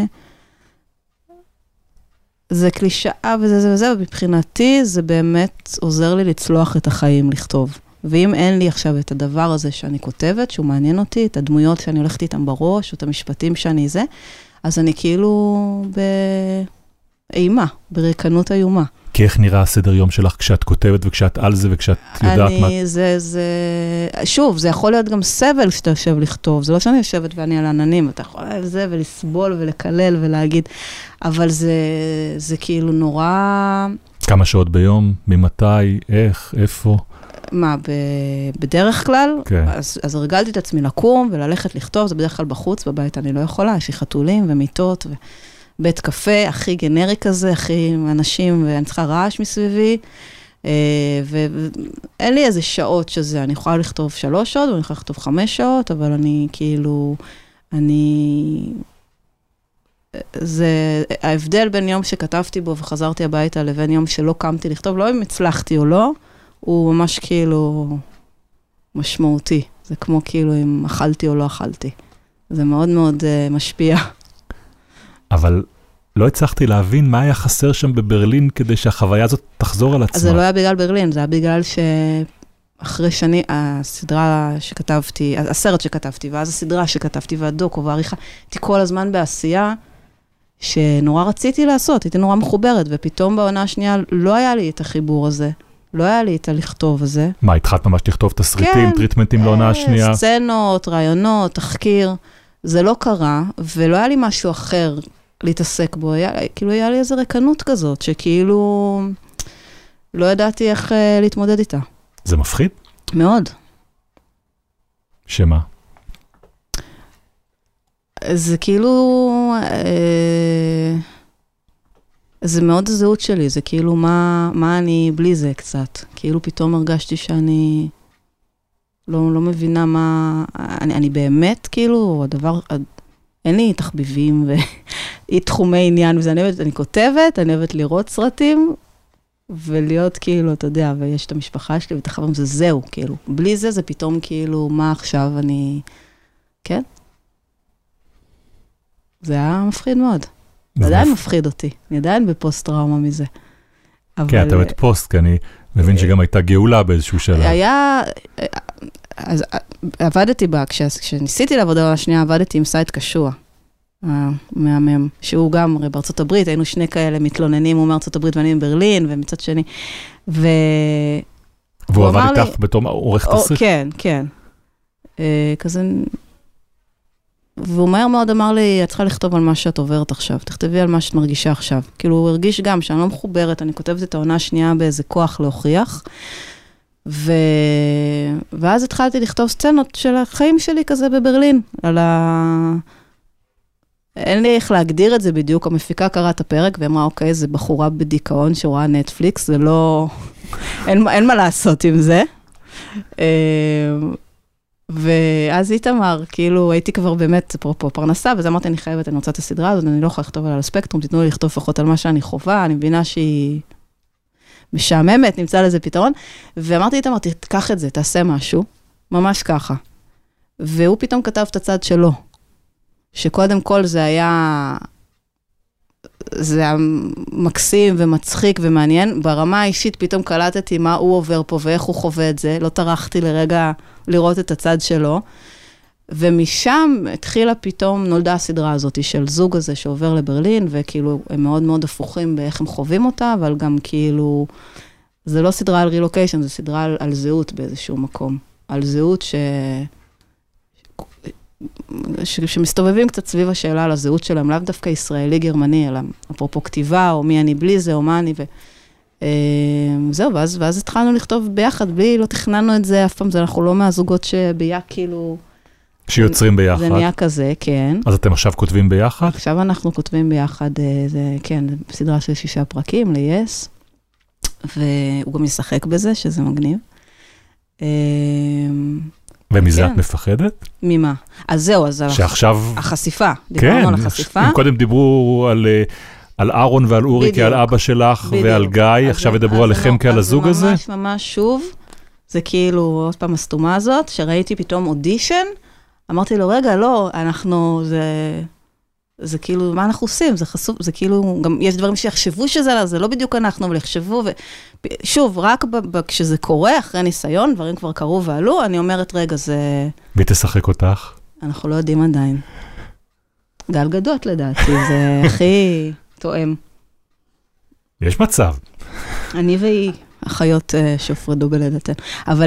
זה קלישאה וזה זה וזה, ובבחינתי זה באמת עוזר לי לצלוח את החיים, לכתוב. ואם אין לי עכשיו את הדבר הזה שאני כותבת, שהוא מעניין אותי, את הדמויות שאני הולכת איתם בראש, או את המשפטים שאני זה, אז אני כאילו באימה, בריקנות איומה. כי איך נראה הסדר יום שלך כשאת כותבת וכשאת על זה וכשאת יודעת אני, מה... זה, זה... שוב, זה יכול להיות גם סבל כשאתה יושב לכתוב. זה לא שאני יושבת ואני על עננים, אתה יכול על זה ולסבול ולקלל ולהגיד, אבל זה, זה כאילו נורא... כמה שעות ביום? ממתי? איך? איפה? מה, ב... בדרך כלל? כן. אז, אז הרגלתי את עצמי לקום וללכת לכתוב, זה בדרך כלל בחוץ, בבית אני לא יכולה, יש לי חתולים ומיטות ובית קפה, הכי גנרי כזה, הכי אנשים, ואני צריכה רעש מסביבי, ואין לי איזה שעות שזה, אני יכולה לכתוב שלוש שעות, ואני יכולה לכתוב חמש שעות, אבל אני כאילו, אני... זה ההבדל בין יום שכתבתי בו וחזרתי הביתה לבין יום שלא קמתי לכתוב, לא אם הצלחתי או לא, הוא ממש כאילו משמעותי. זה כמו כאילו אם אכלתי או לא אכלתי. זה מאוד מאוד uh, משפיע. אבל לא הצלחתי להבין מה היה חסר שם בברלין, כדי שהחוויה הזאת תחזור על עצמה. אז זה לא היה בגלל ברלין, זה היה בגלל שאחרי שני, הסדרה שכתבתי, הסרט שכתבתי, ואז הסדרה שכתבתי, והדוקו והעריכה, הייתי כל הזמן בעשייה, שנורא רציתי לעשות, הייתי נורא מחוברת, ופתאום בעונה השנייה לא היה לי את החיבור הזה, לא היה לי את הלכתוב הזה. מה, התחלת ממש לכתוב תסריטים, כן, טריטמנטים לעונה השנייה? סצנות, רעיונות, תחקיר, זה לא קרה, ולא היה לי משהו אחר להתעסק בו, היה, כאילו היה לי איזו רקנות כזאת, שכאילו לא ידעתי איך uh, להתמודד איתה. זה מפחיד? מאוד. שמה? זה כאילו, אה, זה מאוד הזהות שלי, זה כאילו מה, מה אני בלי זה קצת. כאילו פתאום הרגשתי שאני לא, לא מבינה מה, אני, אני באמת כאילו, הדבר, אין לי תחביבים ואי תחומי עניין, וזה אני אוהבת, אני כותבת, אני אוהבת לראות סרטים, ולהיות כאילו, אתה יודע, ויש את המשפחה שלי ואת החברים, זה זהו, כאילו. בלי זה, זה פתאום כאילו, מה עכשיו אני, כן? זה היה מפחיד מאוד. זה עדיין מפחיד אותי. אני עדיין בפוסט-טראומה מזה. כן, אתה אומרת פוסט, כי אני מבין שגם הייתה גאולה באיזשהו שלב. היה, אז עבדתי בה, כשניסיתי לעבודה על השנייה, עבדתי עם סייט קשוע, מהמם, שהוא גם, הרי בארצות הברית, היינו שני כאלה מתלוננים, הוא מארצות הברית ואני מברלין, ומצד שני, ו... והוא עבד איתך בתור עורך תסריט? כן, כן. כזה... והוא מהר מאוד אמר לי, את צריכה לכתוב על מה שאת עוברת עכשיו, תכתבי על מה שאת מרגישה עכשיו. כאילו, הוא הרגיש גם שאני לא מחוברת, אני כותבת את העונה השנייה באיזה כוח להוכיח, ו... ואז התחלתי לכתוב סצנות של החיים שלי כזה בברלין, על ה... אין לי איך להגדיר את זה בדיוק, המפיקה קראה את הפרק, ואמרה, אוקיי, זה בחורה בדיכאון שרואה נטפליקס, זה לא... אין, אין מה לעשות עם זה. ואז איתמר, כאילו, הייתי כבר באמת, אפרופו פרנסה, ואז אמרתי, אני חייבת, אני רוצה את הסדרה הזאת, אני לא יכולה לכתוב על הספקטרום, תיתנו לי לכתוב לפחות על מה שאני חובה, אני מבינה שהיא משעממת, נמצא לזה פתרון, ואמרתי איתמר, תקח את זה, תעשה משהו, ממש ככה. והוא פתאום כתב את הצד שלו, שקודם כל זה היה, זה היה מקסים ומצחיק ומעניין, ברמה האישית פתאום קלטתי מה הוא עובר פה ואיך הוא חווה את זה, לא טרחתי לרגע לראות את הצד שלו, ומשם התחילה פתאום, נולדה הסדרה הזאת של זוג הזה שעובר לברלין, וכאילו הם מאוד מאוד הפוכים באיך הם חווים אותה, אבל גם כאילו, זה לא סדרה על רילוקיישן, זה סדרה על, על זהות באיזשהו מקום, על זהות ש... ש... שמסתובבים קצת סביב השאלה על הזהות שלהם, לאו דווקא ישראלי-גרמני, אלא אפרופו כתיבה, או מי אני בלי זה, או מה אני, ו... זהו, ואז, ואז התחלנו לכתוב ביחד, בלי, לא תכננו את זה אף פעם, זה אנחנו לא מהזוגות שביה כאילו... שיוצרים ביחד. זה נהיה כזה, כן. אז אתם עכשיו כותבים ביחד? עכשיו אנחנו כותבים ביחד, זה, כן, סדרה של שישה פרקים, ל-Yes, והוא גם ישחק בזה, שזה מגניב. ומזה את מפחדת? ממה? אז זהו, אז שעכשיו... החשיפה, דיברנו על החשיפה. הם קודם דיברו על... על אהרון ועל אורי כעל אבא שלך ועל גיא, עכשיו ידברו עליכם כעל הזוג הזה? אז ממש ממש שוב, זה כאילו, עוד פעם הסתומה הזאת, שראיתי פתאום אודישן, אמרתי לו, רגע, לא, אנחנו, זה, זה כאילו, מה אנחנו עושים? זה חשוף, זה כאילו, גם יש דברים שיחשבו שזה, זה לא בדיוק אנחנו, אבל יחשבו, ושוב, רק כשזה קורה, אחרי ניסיון, דברים כבר קרו ועלו, אני אומרת, רגע, זה... מי תשחק אותך? אנחנו לא יודעים עדיין. גל גדות לדעתי, זה הכי... תואם. יש מצב. אני והיא, אחיות שהופרדו בלידתן. אבל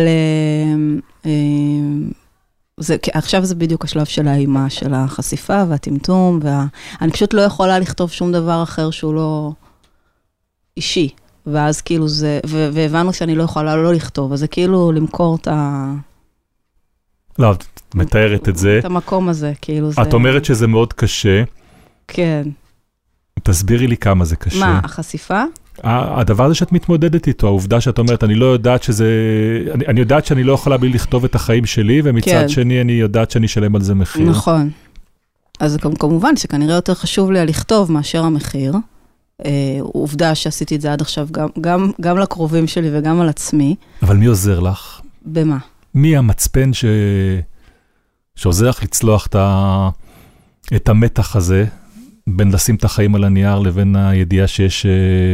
זה, עכשיו זה בדיוק השלב של האימה, של החשיפה והטמטום, ואני פשוט לא יכולה לכתוב שום דבר אחר שהוא לא אישי. ואז כאילו זה, והבנו שאני לא יכולה לא לכתוב, אז זה כאילו למכור את ה... לא, את מתארת את זה. את המקום הזה, כאילו זה... את אומרת שזה מאוד קשה. כן. תסבירי לי כמה זה קשה. מה, החשיפה? הדבר הזה שאת מתמודדת איתו, העובדה שאת אומרת, אני לא יודעת שזה, אני, אני יודעת שאני לא יכולה בלי לכתוב את החיים שלי, ומצד כן. שני אני יודעת שאני אשלם על זה מחיר. נכון. אז כמובן שכנראה יותר חשוב לי לכתוב מאשר המחיר. אה, עובדה שעשיתי את זה עד עכשיו גם, גם, גם לקרובים שלי וגם על עצמי. אבל מי עוזר לך? במה? מי המצפן ש... שעוזר לך לצלוח את, ה... את המתח הזה, בין לשים את החיים על הנייר, לבין הידיעה שיש,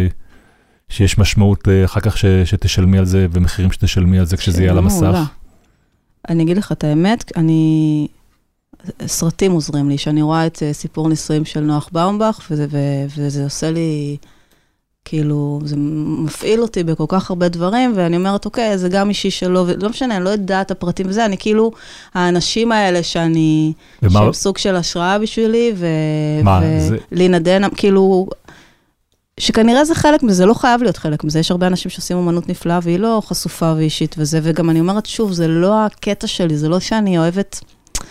שיש משמעות אחר כך ש... שתשלמי על זה, ומחירים שתשלמי על זה כשזה יהיה על המסך. אני אגיד לך את האמת, אני... סרטים עוזרים לי, שאני רואה את סיפור נישואים של נוח באומבך, וזה, וזה עושה לי, כאילו, זה מפעיל אותי בכל כך הרבה דברים, ואני אומרת, אוקיי, זה גם אישי שלו, ולא משנה, אני לא יודעת את הפרטים וזה, אני כאילו, האנשים האלה שאני, ומה... שהם סוג של השראה בשבילי, ו... ולינה דנהאם, כאילו, שכנראה זה חלק מזה, לא חייב להיות חלק מזה, יש הרבה אנשים שעושים אומנות נפלאה, והיא לא חשופה ואישית וזה, וגם אני אומרת, שוב, זה לא הקטע שלי, זה לא שאני אוהבת,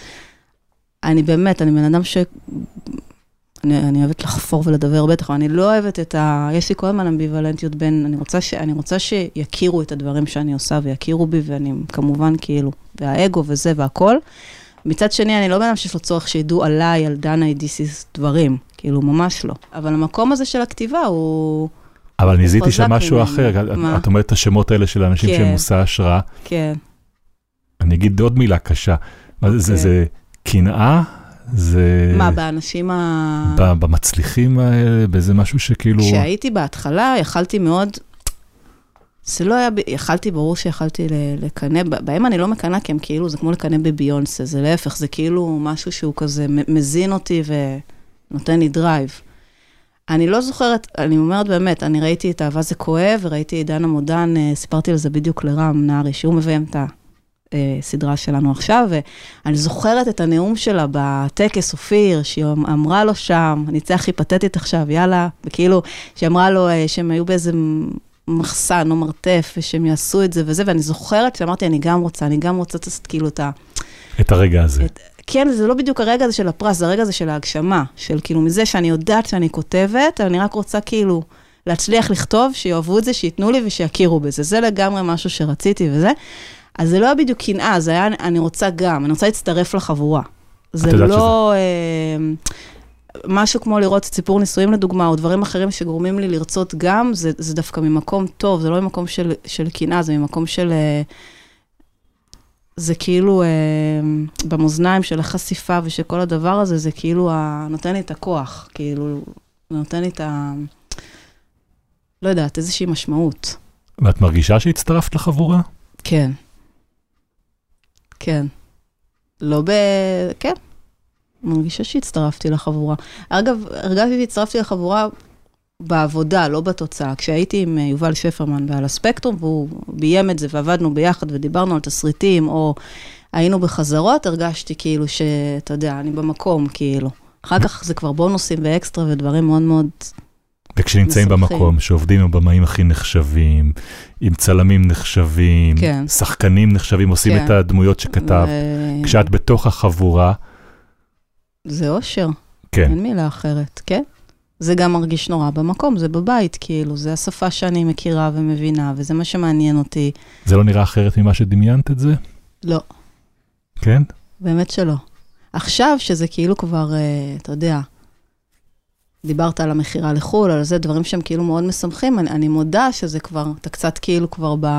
אני באמת, אני בן אדם ש... אני, אני אוהבת לחפור ולדבר בטח, אבל אני לא אוהבת את ה... יש לי כל הזמן אמביוולנטיות בין... אני רוצה, ש... אני רוצה שיכירו את הדברים שאני עושה, ויכירו בי, ואני כמובן כאילו, והאגו וזה והכל. מצד שני, אני לא בן אדם שיש לו צורך שידעו עליי, על דנה אידיסיס דברים. כאילו, ממש לא. אבל המקום הזה של הכתיבה הוא... אבל ניזיתי שם משהו אחר. את אומרת את השמות האלה של האנשים שהם מושא השראה. כן. אני אגיד עוד מילה קשה. זה קנאה? זה... מה, באנשים ה... במצליחים האלה, באיזה משהו שכאילו... כשהייתי בהתחלה, יכלתי מאוד... זה לא היה... יכלתי, ברור שיכלתי לקנה... בהם אני לא מקנה, כי הם כאילו, זה כמו לקנה בביונסה, זה להפך, זה כאילו משהו שהוא כזה מזין אותי ונותן לי דרייב. אני לא זוכרת, אני אומרת באמת, אני ראיתי את אהבה זה כואב, וראיתי את דנה מודן, סיפרתי על זה בדיוק לרם נערי, שהוא מביים את ה... סדרה שלנו עכשיו, ואני זוכרת את הנאום שלה בטקס אופיר, שהיא אמרה לו שם, אני אצא הכי פתטית עכשיו, יאללה, וכאילו, שהיא אמרה לו שהם היו באיזה מחסן או מרתף, ושהם יעשו את זה וזה, ואני זוכרת שאמרתי, אני גם רוצה, אני גם רוצה לעשות כאילו את ה... את הרגע הזה. את, כן, זה לא בדיוק הרגע הזה של הפרס, זה הרגע הזה של ההגשמה, של כאילו מזה שאני יודעת שאני כותבת, אני רק רוצה כאילו להצליח לכתוב, שיאהבו את זה, שיתנו לי ושיכירו בזה. זה לגמרי משהו שרציתי וזה. אז זה לא היה בדיוק קנאה, זה היה, אני רוצה גם, אני רוצה להצטרף לחבורה. זה לא אה, משהו כמו לראות סיפור נישואים לדוגמה, או דברים אחרים שגורמים לי לרצות גם, זה, זה דווקא ממקום טוב, זה לא ממקום של, של קנאה, זה ממקום של, אה, זה כאילו אה, במאזניים של החשיפה ושל כל הדבר הזה, זה כאילו ה, נותן לי את הכוח, כאילו, נותן לי את ה... לא יודעת, איזושהי משמעות. ואת מרגישה שהצטרפת לחבורה? כן. כן. לא ב... כן. מרגישה שהצטרפתי לחבורה. אגב, הרגשתי שהצטרפתי לחבורה בעבודה, לא בתוצאה. כשהייתי עם יובל שפרמן ועל הספקטרום, והוא ביים את זה ועבדנו ביחד ודיברנו על תסריטים, או היינו בחזרות, הרגשתי כאילו שאתה יודע, אני במקום כאילו. אחר כך זה כבר בונוסים ואקסטרה ודברים מאוד מאוד... וכשנמצאים במקום, שעובדים עם במאים הכי נחשבים, עם צלמים נחשבים, כן. שחקנים נחשבים, עושים כן. את הדמויות שכתב, ו... כשאת בתוך החבורה... זה אושר. כן. אין מילה אחרת, כן? זה גם מרגיש נורא במקום, זה בבית, כאילו, זה השפה שאני מכירה ומבינה, וזה מה שמעניין אותי. זה לא נראה אחרת ממה שדמיינת את זה? לא. כן? באמת שלא. עכשיו שזה כאילו כבר, אתה יודע... דיברת על המחירה לחול, על זה, דברים שהם כאילו מאוד משמחים, אני, אני מודה שזה כבר, אתה קצת כאילו כבר ב...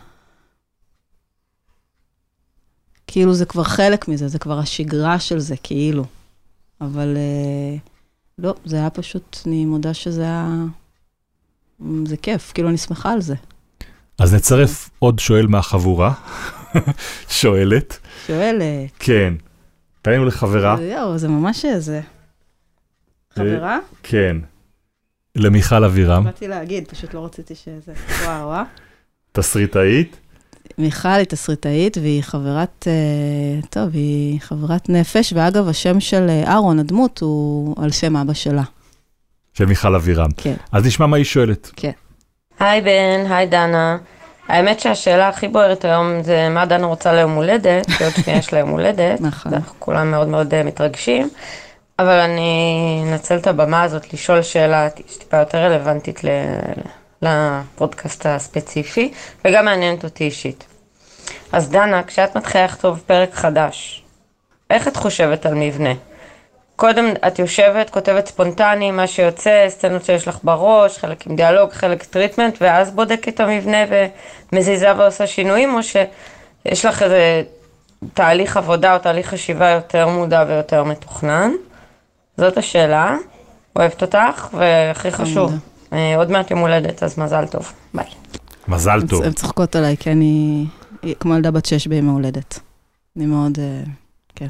כאילו זה כבר חלק מזה, זה כבר השגרה של זה, כאילו. אבל אה, לא, זה היה פשוט, אני מודה שזה היה... זה כיף, כאילו אני שמחה על זה. אז נצרף עוד שואל מהחבורה. שואלת. שואלת. כן. פנינו לחברה. יו, זה ממש זה. חברה? כן. למיכל אבירם. באתי להגיד, פשוט לא רציתי שזה. וואו, וואו. תסריטאית? מיכל היא תסריטאית, והיא חברת, טוב, היא חברת נפש, ואגב, השם של אהרון, הדמות, הוא על שם אבא שלה. של מיכל אבירם. כן. אז נשמע מה היא שואלת. כן. היי בן, היי דנה. האמת שהשאלה הכי בוערת היום זה מה דנה רוצה ליום הולדת, כי עוד שנייה יש לה יום הולדת. נכון. אנחנו כולם מאוד מאוד מתרגשים. אבל אני אנצל את הבמה הזאת לשאול שאלה שטיפה יותר רלוונטית לפודקאסט הספציפי, וגם מעניינת אותי אישית. אז דנה, כשאת מתחילה לכתוב פרק חדש, איך את חושבת על מבנה? קודם את יושבת, כותבת ספונטני, מה שיוצא, סצנות שיש לך בראש, חלק עם דיאלוג, חלק טריטמנט, ואז בודקת את המבנה ומזיזה ועושה שינויים, או שיש לך איזה תהליך עבודה או תהליך חשיבה יותר מודע ויותר מתוכנן. זאת השאלה. אוהבת אותך, והכי חשוב, עוד מעט יום הולדת, אז מזל טוב. ביי. מזל טוב. הן צוחקות עליי, כי אני כמו ילדה בת שש בימי הולדת. אני מאוד, כן.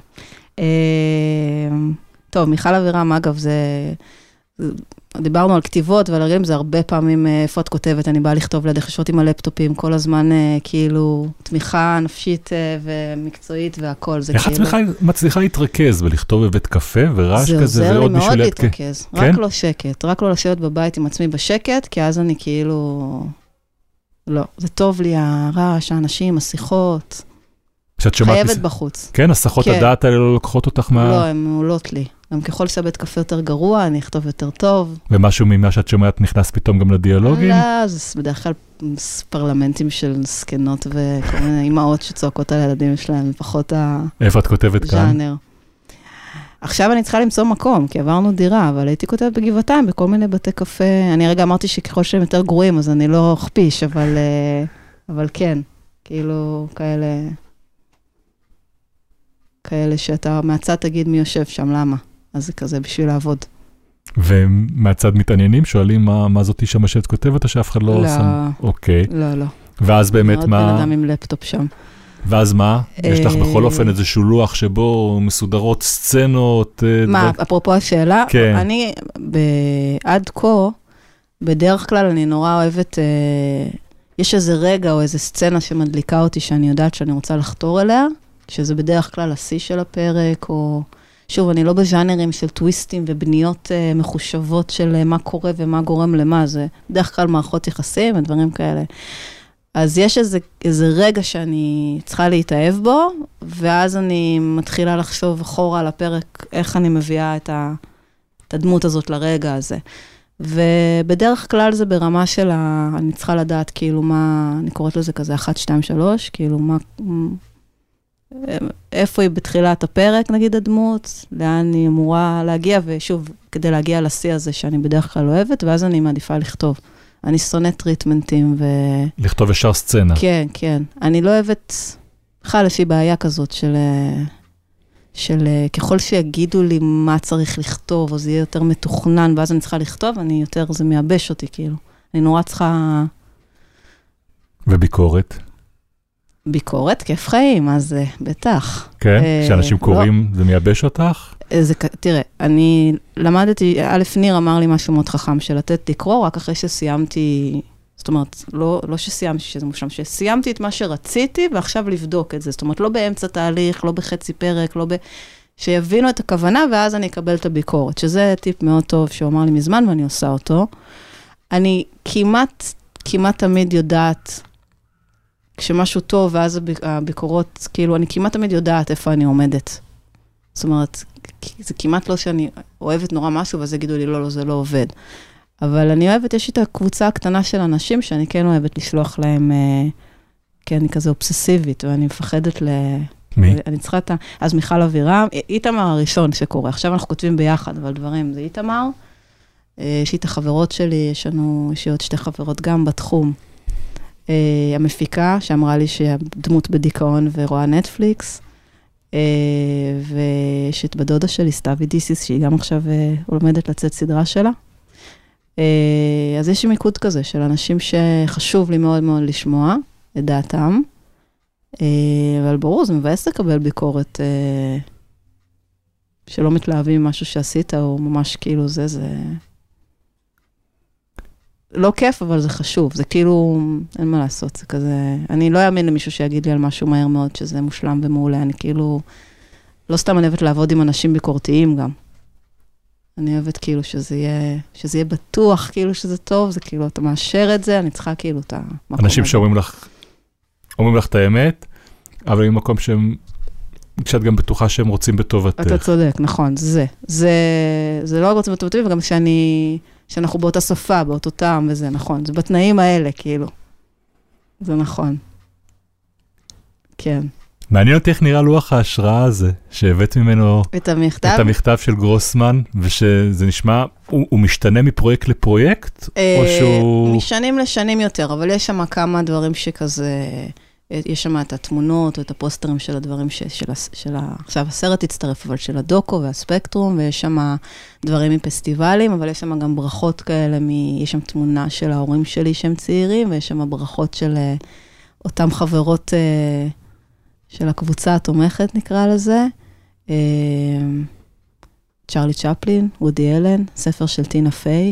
טוב, מיכל אבירם, אגב, זה... דיברנו על כתיבות ועל הרגעים, זה הרבה פעמים איפה את כותבת, אני באה לכתוב לידך, יושבות עם הלפטופים, כל הזמן כאילו תמיכה נפשית ומקצועית והכל, זה כאילו... איך את מצליחה להתרכז ולכתוב בבית קפה ורעש כזה? זה עוזר לי מאוד להתרכז, רק לא שקט, רק לא לשבת בבית עם עצמי בשקט, כי אז אני כאילו... לא, זה טוב לי הרעש, האנשים, השיחות, חייבת בחוץ. כן, הסחות הדעת האלה לא לוקחות אותך מה... לא, הן מעולות לי. גם ככל שהבית קפה יותר גרוע, אני אכתוב יותר טוב. ומשהו ממה שאת שומעת נכנס פתאום גם לדיאלוגים? לא, זה בדרך כלל פרלמנטים של סקנות וכל מיני אימהות שצועקות על הילדים שלהם, פחות הז'אנר. איפה את כותבת כאן? עכשיו אני צריכה למצוא מקום, כי עברנו דירה, אבל הייתי כותבת בגבעתיים, בכל מיני בתי קפה. אני רגע אמרתי שככל שהם יותר גרועים, אז אני לא אכפיש, אבל, אבל כן, כאילו כאלה, כאלה שאתה מהצד תגיד מי יושב שם, למה? אז זה כזה בשביל לעבוד. ומהצד מתעניינים, שואלים מה, מה זאת אישה שאת כותבת, או שאף אחד לא... לא, שם... אוקיי. לא, לא. ואז באמת מאוד מה... מאוד בן אדם עם לפטופ שם. ואז מה? יש לך בכל אופן איזשהו לוח שבו מסודרות סצנות... מה, אפרופו השאלה? כן. אני, עד כה, בדרך כלל אני נורא אוהבת... יש איזה רגע או איזה סצנה שמדליקה אותי, שאני יודעת שאני רוצה לחתור אליה, שזה בדרך כלל השיא של הפרק, או... שוב, אני לא בז'אנרים של טוויסטים ובניות uh, מחושבות של uh, מה קורה ומה גורם למה, זה בדרך כלל מערכות יחסים ודברים כאלה. אז יש איזה, איזה רגע שאני צריכה להתאהב בו, ואז אני מתחילה לחשוב אחורה על הפרק, איך אני מביאה את, ה, את הדמות הזאת לרגע הזה. ובדרך כלל זה ברמה של, ה, אני צריכה לדעת כאילו מה, אני קוראת לזה כזה אחת, שתיים, שלוש, כאילו מה... איפה היא בתחילת הפרק, נגיד הדמות, לאן היא אמורה להגיע, ושוב, כדי להגיע לשיא הזה שאני בדרך כלל אוהבת, ואז אני מעדיפה לכתוב. אני שונאת טריטמנטים ו... לכתוב ישר סצנה. כן, כן. אני לא אוהבת, בכלל לפי בעיה כזאת של, של ככל שיגידו לי מה צריך לכתוב, או זה יהיה יותר מתוכנן, ואז אני צריכה לכתוב, אני יותר, זה מייבש אותי, כאילו. אני נורא צריכה... וביקורת? ביקורת, כיף חיים, אז בטח. כן? כשאנשים קוראים, זה מייבש אותך? תראה, אני למדתי, א' ניר אמר לי משהו מאוד חכם, של לתת לקרוא, רק אחרי שסיימתי, זאת אומרת, לא שסיימתי שזה מושלם, שסיימתי את מה שרציתי, ועכשיו לבדוק את זה. זאת אומרת, לא באמצע תהליך, לא בחצי פרק, לא ב... שיבינו את הכוונה, ואז אני אקבל את הביקורת, שזה טיפ מאוד טוב שהוא אמר לי מזמן, ואני עושה אותו. אני כמעט, כמעט תמיד יודעת, כשמשהו טוב, ואז הביקורות, כאילו, אני כמעט תמיד יודעת איפה אני עומדת. זאת אומרת, זה כמעט לא שאני אוהבת נורא משהו, ואז יגידו לי, לא, לא, זה לא עובד. אבל אני אוהבת, יש את הקבוצה הקטנה של אנשים, שאני כן אוהבת לשלוח להם, כי אני כזה אובססיבית, ואני מפחדת ל... מי? אני צריכה את ה... אז מיכל אבירם, איתמר הראשון שקורה, עכשיו אנחנו כותבים ביחד, אבל דברים, זה איתמר. יש לי את החברות שלי, יש לנו, יש לי עוד שתי חברות גם בתחום. Uh, המפיקה שאמרה לי שהדמות בדיכאון ורואה נטפליקס, uh, ויש את בדודה שלי, סטאבי דיסיס, שהיא גם עכשיו uh, עומדת לצאת סדרה שלה. Uh, אז יש לי מיקוד כזה של אנשים שחשוב לי מאוד מאוד לשמוע את דעתם, uh, אבל ברור, זה מבאס לקבל ביקורת uh, שלא מתלהבים משהו שעשית, או ממש כאילו זה, זה... לא כיף, אבל זה חשוב. זה כאילו, אין מה לעשות, זה כזה... אני לא אאמין למישהו שיגיד לי על משהו מהר מאוד, שזה מושלם ומעולה. אני כאילו... לא סתם אני אוהבת לעבוד עם אנשים ביקורתיים גם. אני אוהבת כאילו שזה יהיה... שזה יהיה בטוח, כאילו שזה טוב, זה כאילו, אתה מאשר את זה, אני צריכה כאילו את המקום. אנשים שאומרים לך... אומרים לך את האמת, אבל במקום שהם... כשאת גם בטוחה שהם רוצים בטובתך. אתה צודק, נכון, זה. זה, זה לא רוצים בטובתי, וגם שאני... שאנחנו באותה שפה, באותו טעם, וזה נכון. זה בתנאים האלה, כאילו. זה נכון. כן. מעניין אותי איך נראה לוח ההשראה הזה, שהבאת ממנו... את המכתב? את המכתב של גרוסמן, ושזה נשמע, הוא, הוא משתנה מפרויקט לפרויקט? או שהוא... משנים לשנים יותר, אבל יש שם כמה דברים שכזה... יש שם את התמונות או את הפוסטרים של הדברים ש, של, של ה, עכשיו הסרט הצטרף, אבל של הדוקו והספקטרום, ויש שם דברים מפסטיבלים, אבל יש שם גם ברכות כאלה, מ, יש שם תמונה של ההורים שלי שהם צעירים, ויש שם ברכות של אותם חברות של הקבוצה התומכת, נקרא לזה. צ'רלי צ'פלין, וודי אלן, ספר של טינה פיי,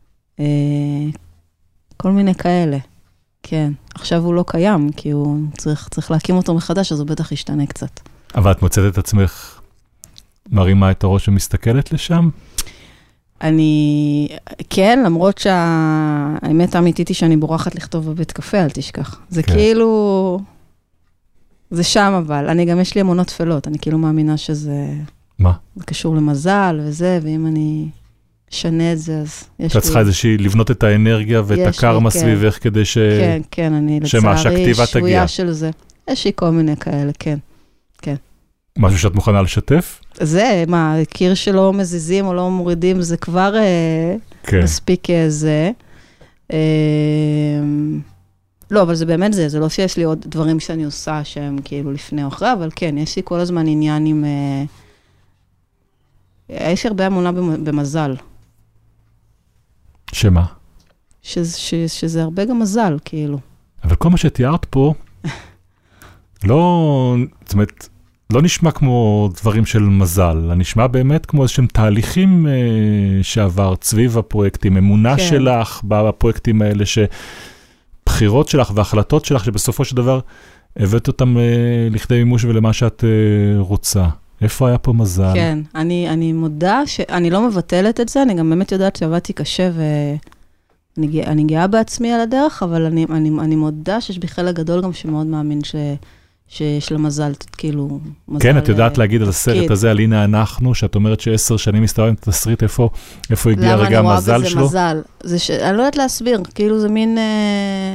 כל מיני כאלה. כן, עכשיו הוא לא קיים, כי הוא צריך, צריך להקים אותו מחדש, אז הוא בטח ישתנה קצת. אבל את מוצאת את עצמך מרימה את הראש ומסתכלת לשם? אני, כן, למרות שהאמת האמיתית היא שאני בורחת לכתוב בבית קפה, אל תשכח. זה כן. כאילו, זה שם אבל, אני גם יש לי אמונות תפלות, אני כאילו מאמינה שזה... מה? זה קשור למזל וזה, ואם אני... שנה את זה, אז יש לי... את צריכה איזושהי לבנות את האנרגיה ואת הקרמה סביבך כדי ש... כן, כן, אני לצערי שבויה של זה. יש לי כל מיני כאלה, כן, כן. משהו שאת מוכנה לשתף? זה, מה, קיר שלא מזיזים או לא מורידים, זה כבר מספיק זה. לא, אבל זה באמת זה, זה לא שיש לי עוד דברים שאני עושה שהם כאילו לפני או אחרי, אבל כן, יש לי כל הזמן עניין עם... יש לי הרבה אמונה במזל. שמה? שזה, שזה הרבה גם מזל, כאילו. אבל כל מה שתיארת פה, לא, זאת אומרת, לא נשמע כמו דברים של מזל, נשמע באמת כמו איזשהם תהליכים אה, שעבר סביב הפרויקטים, אמונה כן. שלך בפרויקטים האלה, שבחירות שלך והחלטות שלך, שבסופו של דבר הבאת אותם אה, לכדי מימוש ולמה שאת אה, רוצה. איפה היה פה מזל? כן, אני, אני מודה שאני לא מבטלת את זה, אני גם באמת יודעת שעבדתי קשה ואני אני גאה בעצמי על הדרך, אבל אני, אני, אני מודה שיש בי חלק גדול גם שמאוד מאמין ש, שיש לה מזל, כאילו, מזל... כן, את יודעת להגיד על הסרט הזה, על הנה אנחנו, שאת אומרת שעשר שנים מסתובבים את הסרט, איפה, איפה הגיע רגע המזל שלו? למה אני רואה בזה מזל? זה ש... אני לא יודעת להסביר, כאילו זה מין... אה...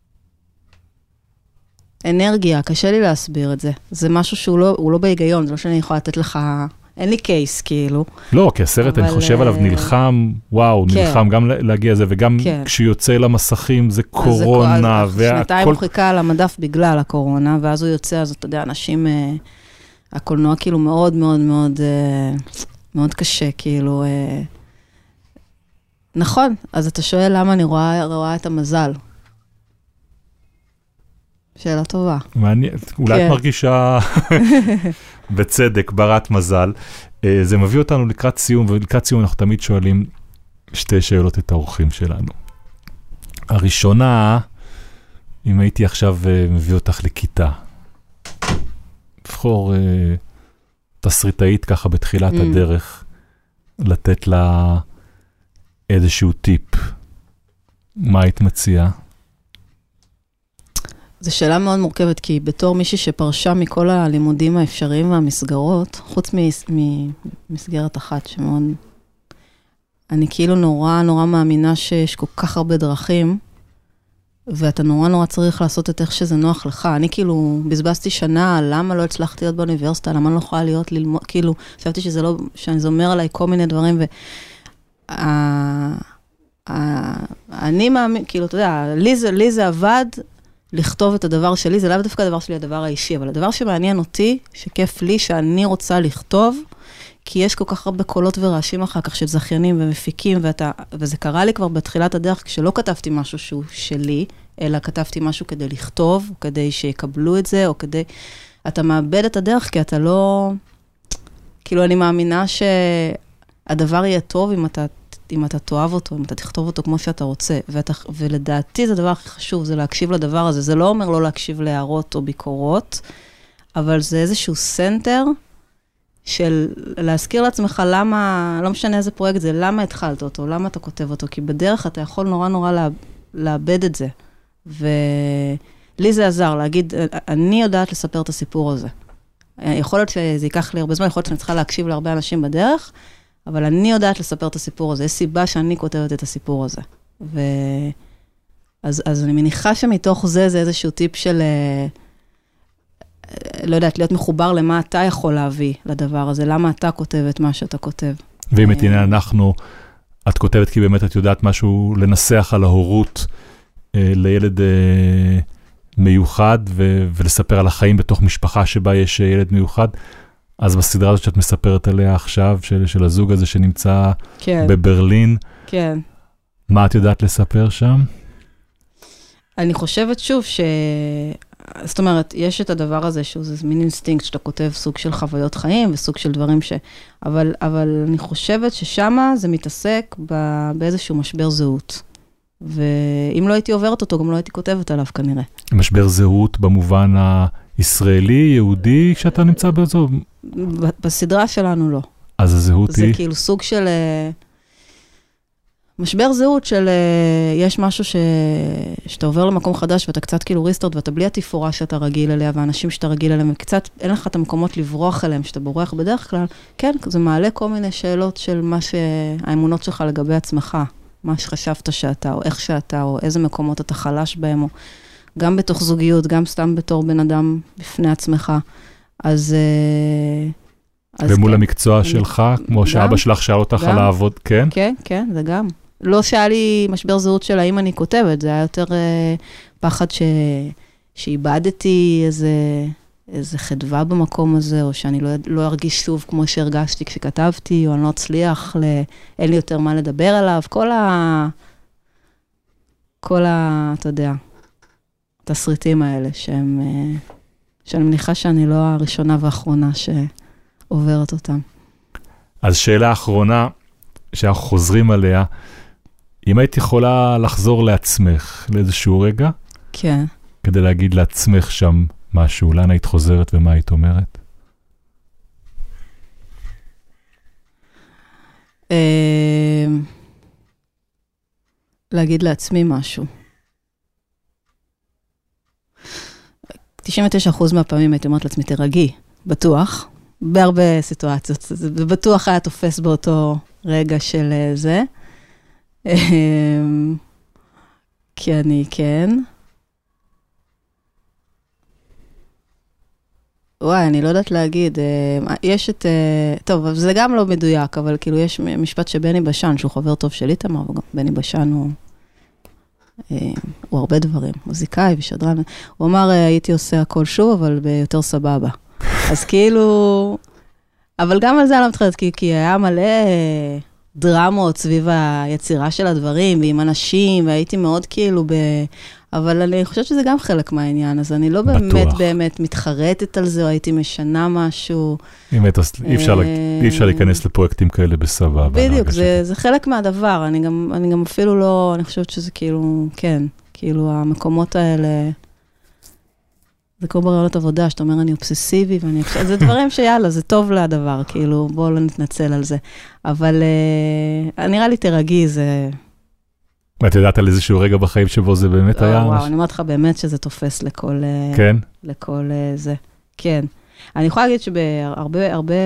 אנרגיה, קשה לי להסביר את זה. זה משהו שהוא לא, הוא לא בהיגיון, זה לא שאני יכולה לתת לך, אין לי קייס, כאילו. לא, כי הסרט, אני חושב עליו, נלחם, וואו, נלחם גם להגיע לזה, וגם כשיוצא למסכים, זה קורונה, שנתיים הוא חיכה על המדף בגלל הקורונה, ואז הוא יוצא, אז אתה יודע, אנשים, הקולנוע כאילו מאוד מאוד מאוד, מאוד קשה, כאילו. נכון, אז אתה שואל למה אני רואה את המזל. שאלה טובה. מעניין, אולי את מרגישה בצדק, ברת מזל. זה מביא אותנו לקראת סיום, ולקראת סיום אנחנו תמיד שואלים שתי שאלות את האורחים שלנו. הראשונה, אם הייתי עכשיו מביא אותך לכיתה, לבחור תסריטאית ככה בתחילת הדרך, לתת לה איזשהו טיפ, מה היית מציעה? זו שאלה מאוד מורכבת, כי בתור מישהי שפרשה מכל הלימודים האפשריים והמסגרות, חוץ ממסגרת אחת שמאוד... אני כאילו נורא נורא מאמינה שיש כל כך הרבה דרכים, ואתה נורא נורא צריך לעשות את איך שזה נוח לך. אני כאילו בזבזתי שנה, למה לא הצלחתי להיות באוניברסיטה, למה אני לא יכולה להיות ללמוד, כאילו, חשבתי שזה לא, שזה אומר עליי כל מיני דברים, ו... אני מאמין, כאילו, אתה יודע, לי זה, לי זה עבד, לכתוב את הדבר שלי, זה לאו דווקא הדבר שלי, הדבר האישי, אבל הדבר שמעניין אותי, שכיף לי, שאני רוצה לכתוב, כי יש כל כך הרבה קולות ורעשים אחר כך של זכיינים ומפיקים, ואתה, וזה קרה לי כבר בתחילת הדרך, כשלא כתבתי משהו שהוא שלי, אלא כתבתי משהו כדי לכתוב, או כדי שיקבלו את זה, או כדי... אתה מאבד את הדרך, כי אתה לא... כאילו, אני מאמינה שהדבר יהיה טוב אם אתה... אם אתה תאהב אותו, אם אתה תכתוב אותו כמו שאתה רוצה, ואתה, ולדעתי זה הדבר הכי חשוב, זה להקשיב לדבר הזה. זה לא אומר לא להקשיב להערות או ביקורות, אבל זה איזשהו סנטר של להזכיר לעצמך למה, לא משנה איזה פרויקט זה, למה התחלת אותו, למה אתה כותב אותו, כי בדרך אתה יכול נורא נורא לה, לאבד את זה. ולי זה עזר להגיד, אני יודעת לספר את הסיפור הזה. יכול להיות שזה ייקח לי הרבה זמן, יכול להיות שאני צריכה להקשיב להרבה אנשים בדרך, אבל אני יודעת לספר את הסיפור הזה, יש סיבה שאני כותבת את הסיפור הזה. ו... אז, אז אני מניחה שמתוך זה, זה איזשהו טיפ של, לא יודעת, להיות מחובר למה אתה יכול להביא לדבר הזה, למה אתה כותב את מה שאתה כותב. ואם את הנה אנחנו, את כותבת כי באמת את יודעת משהו לנסח על ההורות, לילד מיוחד, ו- ולספר על החיים בתוך משפחה שבה יש ילד מיוחד, אז בסדרה הזאת שאת מספרת עליה עכשיו, של, של הזוג הזה שנמצא כן. בברלין, כן. מה את יודעת לספר שם? אני חושבת שוב ש... זאת אומרת, יש את הדבר הזה שהוא זה מין אינסטינקט שאתה כותב סוג של חוויות חיים וסוג של דברים ש... אבל, אבל אני חושבת ששמה זה מתעסק ב... באיזשהו משבר זהות. ואם לא הייתי עוברת אותו, גם לא הייתי כותבת עליו כנראה. משבר זהות במובן הישראלי, יהודי, כשאתה נמצא באזור? בסדרה שלנו לא. אז הזהות היא? זה כאילו סוג של... משבר זהות של, יש משהו ש... שאתה עובר למקום חדש, ואתה קצת כאילו ריסטארט, ואתה בלי התפאורה שאתה רגיל אליה, ואנשים שאתה רגיל אליהם, וקצת אין לך את המקומות לברוח אליהם, שאתה בורח בדרך כלל, כן, זה מעלה כל מיני שאלות של מה שהאמונות שלך לגבי עצמך, מה שחשבת שאתה, או איך שאתה, או איזה מקומות אתה חלש בהם, או גם בתוך זוגיות, גם סתם בתור בן אדם בפני עצמך. אז... ומול כן. המקצוע שלך, כמו גם, שאבא שלך שאל אותך גם, על לעבוד, כן? כן, כן, זה גם. לא שהיה לי משבר זהות של האם אני כותבת, זה היה יותר אה, פחד ש... שאיבדתי איזה, איזה חדווה במקום הזה, או שאני לא, לא ארגיש שוב כמו שהרגשתי כשכתבתי, או אני לא אצליח, ל... אין לי יותר מה לדבר עליו, כל ה... כל ה... אתה יודע, התסריטים האלה, שהם... אה, שאני מניחה שאני לא הראשונה והאחרונה שעוברת אותם. אז שאלה האחרונה, שאנחנו חוזרים עליה, אם היית יכולה לחזור לעצמך לאיזשהו רגע, כן. כדי להגיד לעצמך שם משהו, לאן היית חוזרת ומה היית אומרת? להגיד לעצמי משהו. תשעים ותשעה אחוז מהפעמים הייתי אומרת לעצמי, תרגי, בטוח, בהרבה סיטואציות, זה בטוח היה תופס באותו רגע של זה, כי אני כן. וואי, אני לא יודעת להגיד, יש את, טוב, זה גם לא מדויק, אבל כאילו יש משפט שבני בשן, שהוא חבר טוב של איתמר, וגם בני בשן הוא, הוא הרבה דברים, מוזיקאי ושדרן, הוא אמר, הייתי עושה הכל שוב, אבל ביותר סבבה. אז כאילו, אבל גם על זה אני לא מתחילת, כי, כי היה מלא דרמות סביב היצירה של הדברים, ועם אנשים, והייתי מאוד כאילו ב... אבל אני חושבת שזה גם חלק מהעניין, אז אני לא בטוח. באמת באמת מתחרטת על זה, או הייתי משנה משהו. באמת, אי אפשר, אי אפשר להיכנס לפרויקטים כאלה בסבבה. בדיוק, זה, זה חלק מהדבר, אני גם, אני גם אפילו לא, אני חושבת שזה כאילו, כן, כאילו המקומות האלה, זה כמו ברעיונות עבודה, שאתה אומר, אני אובססיבי, ואני, זה דברים שיאללה, זה טוב לדבר, כאילו, בואו לא נתנצל על זה. אבל נראה לי תרגי, זה... ואת יודעת על איזשהו רגע בחיים שבו זה באמת היה? וואו, אני אומרת לך באמת שזה תופס לכל... כן? לכל זה, כן. אני יכולה להגיד שבהרבה, הרבה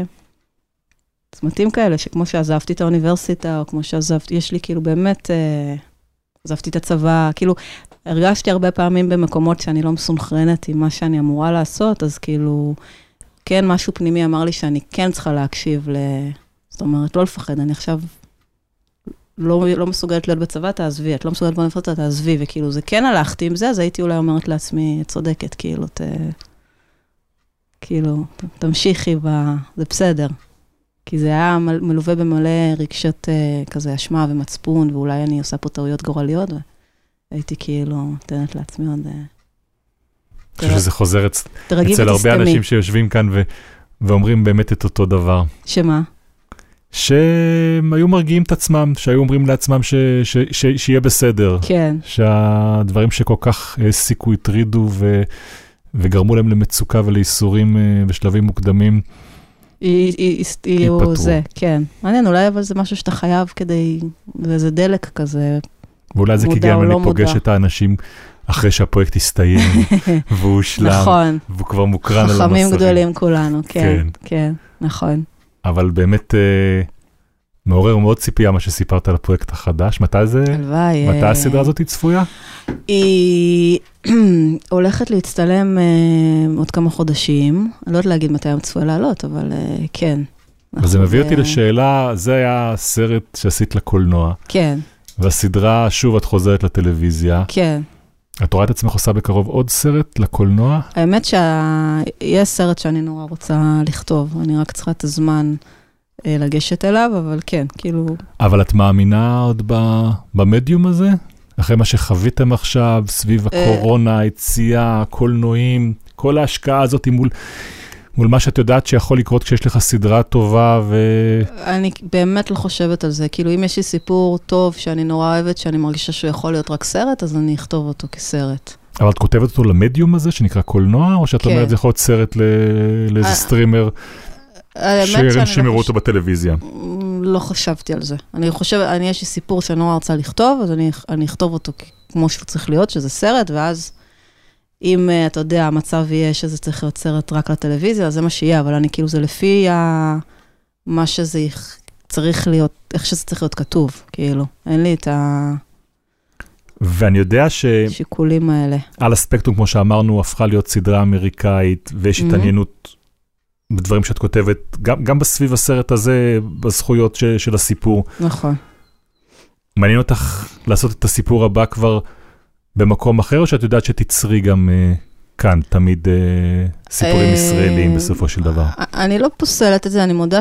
צמתים כאלה, שכמו שעזבתי את האוניברסיטה, או כמו שעזבתי, יש לי כאילו באמת, עזבתי את הצבא, כאילו, הרגשתי הרבה פעמים במקומות שאני לא מסונכרנת עם מה שאני אמורה לעשות, אז כאילו, כן, משהו פנימי אמר לי שאני כן צריכה להקשיב ל... זאת אומרת, לא לפחד, אני עכשיו... לא, לא מסוגלת להיות בצבא, תעזבי, את לא מסוגלת באוניברסיטה, תעזבי, וכאילו זה כן הלכתי עם זה, אז הייתי אולי אומרת לעצמי, צודקת, כאילו, ת, כאילו, תמשיכי ב... זה בסדר. כי זה היה מלווה במלא רגשות כזה, אשמה ומצפון, ואולי אני עושה פה טעויות גורליות, והייתי כאילו, נותנת לעצמי עוד... אני חושב שזה חוזר אצל הרבה אנשים שיושבים כאן ואומרים באמת את אותו דבר. שמה? שהם היו מרגיעים את עצמם, שהיו אומרים לעצמם ש, ש, ש, שיהיה בסדר. כן. שהדברים שכל כך העסיקו, הטרידו ו, וגרמו להם למצוקה ולאיסורים בשלבים מוקדמים, ייפטרו. זה, כן. מעניין, אולי אבל זה משהו שאתה חייב כדי, וזה דלק כזה. ואולי זה כי גם אני פוגש את האנשים אחרי שהפרויקט הסתיים, והוא שלם, נכון. והוא כבר מוקרן על המסכים. חכמים גדולים כולנו, כן, כן, נכון. אבל באמת אה, מעורר מאוד ציפייה מה שסיפרת על הפרויקט החדש. מתי זה? הלוואי. מתי הסדרה הזאת היא צפויה? היא הולכת להצטלם אה, עוד כמה חודשים. אני לא יודעת להגיד מתי הם צפויה לעלות, אבל אה, כן. וזה מביא אותי לשאלה, זה היה סרט שעשית לקולנוע. כן. והסדרה, שוב את חוזרת לטלוויזיה. כן. את רואה את עצמך עושה בקרוב עוד סרט לקולנוע? האמת שיש סרט שאני נורא רוצה לכתוב, אני רק צריכה את הזמן לגשת אליו, אבל כן, כאילו... אבל את מאמינה עוד במדיום הזה? אחרי מה שחוויתם עכשיו, סביב הקורונה, היציאה, קולנועים, כל ההשקעה הזאת מול... מול מה שאת יודעת שיכול לקרות כשיש לך סדרה טובה ו... אני באמת לא חושבת על זה. כאילו, אם יש לי סיפור טוב שאני נורא אוהבת, שאני מרגישה שהוא יכול להיות רק סרט, אז אני אכתוב אותו כסרט. אבל את כותבת אותו למדיום הזה, שנקרא קולנוע, או שאת אומרת, זה יכול להיות סרט לאיזה סטרימר, שאנשים יראו אותו בטלוויזיה? לא חשבתי על זה. אני חושבת, אני יש לי סיפור שאני נורא רוצה לכתוב, אז אני אכתוב אותו כמו שהוא צריך להיות, שזה סרט, ואז... אם אתה יודע, המצב יהיה שזה צריך להיות סרט רק לטלוויזיה, אז זה מה שיהיה, אבל אני כאילו, זה לפי ה... מה שזה צריך להיות, איך שזה צריך להיות כתוב, כאילו. אין לי את ה... ואני יודע ש... שיקולים האלה. על הספקטרום, כמו שאמרנו, הפכה להיות סדרה אמריקאית, ויש התעניינות בדברים שאת כותבת, גם, גם בסביב הסרט הזה, בזכויות ש... של הסיפור. נכון. מעניין אותך לעשות את הסיפור הבא כבר... במקום אחר, או שאת יודעת שתצרי גם uh, כאן, תמיד uh, סיפורים ישראלים בסופו של דבר? אני לא פוסלת את זה, אני מודה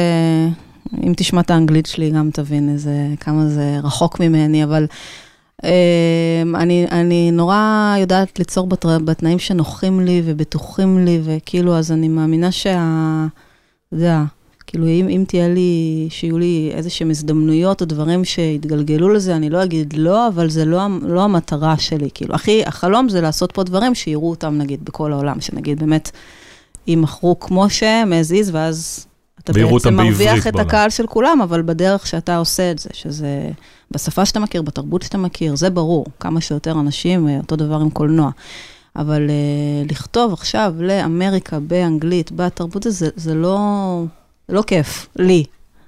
שאם תשמע את האנגלית שלי, גם תבין איזה, כמה זה רחוק ממני, אבל uh, אני, אני נורא יודעת ליצור בתר... בתנאים שנוחים לי ובטוחים לי, וכאילו, אז אני מאמינה שה... אתה יודע, כאילו, אם, אם תהיה לי, שיהיו לי איזשהם הזדמנויות או דברים שהתגלגלו לזה, אני לא אגיד לא, אבל זה לא, לא המטרה שלי. כאילו, אחי, החלום זה לעשות פה דברים שיראו אותם, נגיד, בכל העולם, שנגיד, באמת, ימחרו כמו שהם, הזיז, ואז אתה בעצם מרוויח את הקהל של כולם, אבל בדרך שאתה עושה את זה, שזה בשפה שאתה מכיר, בתרבות שאתה מכיר, זה ברור, כמה שיותר אנשים, אותו דבר עם קולנוע. אבל uh, לכתוב עכשיו לאמריקה, באנגלית, בתרבות, זה, זה לא... זה לא כיף, לי.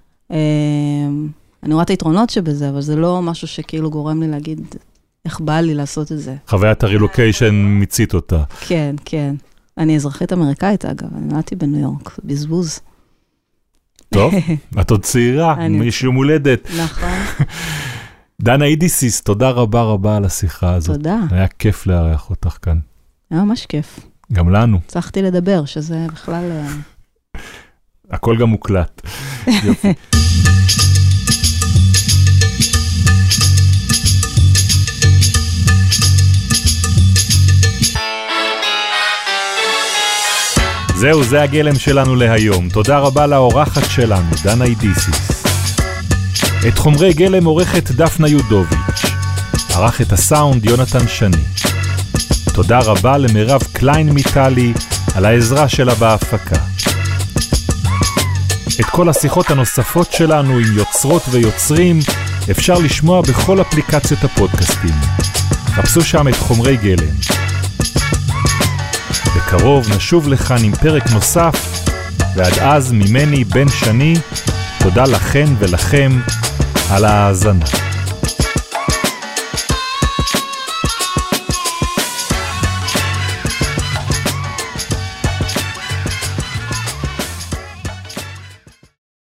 אני רואה את היתרונות שבזה, אבל זה לא משהו שכאילו גורם לי להגיד איך בא לי לעשות את זה. חוויית הרילוקיישן מיצית אותה. כן, כן. אני אזרחית אמריקאית, אגב. אני נולדתי בניו יורק, בזבוז. טוב, את עוד צעירה, מישהו מולדת. נכון. דנה אידיסיס, תודה רבה רבה על השיחה הזאת. תודה. היה כיף לארח אותך כאן. היה ממש כיף. גם לנו. צריכתי לדבר, שזה בכלל... הכל גם מוקלט. יופי. זהו, זה הגלם שלנו להיום. תודה רבה לאורחת שלנו, דנה אידיסיס. את חומרי גלם עורכת דפנה יודוביץ'. ערך את הסאונד יונתן שני. תודה רבה למירב קליין מיטלי על העזרה שלה בהפקה. את כל השיחות הנוספות שלנו עם יוצרות ויוצרים אפשר לשמוע בכל אפליקציות הפודקאסטים. חפשו שם את חומרי גלם. בקרוב נשוב לכאן עם פרק נוסף, ועד אז ממני בן שני, תודה לכן ולכם על ההאזנה.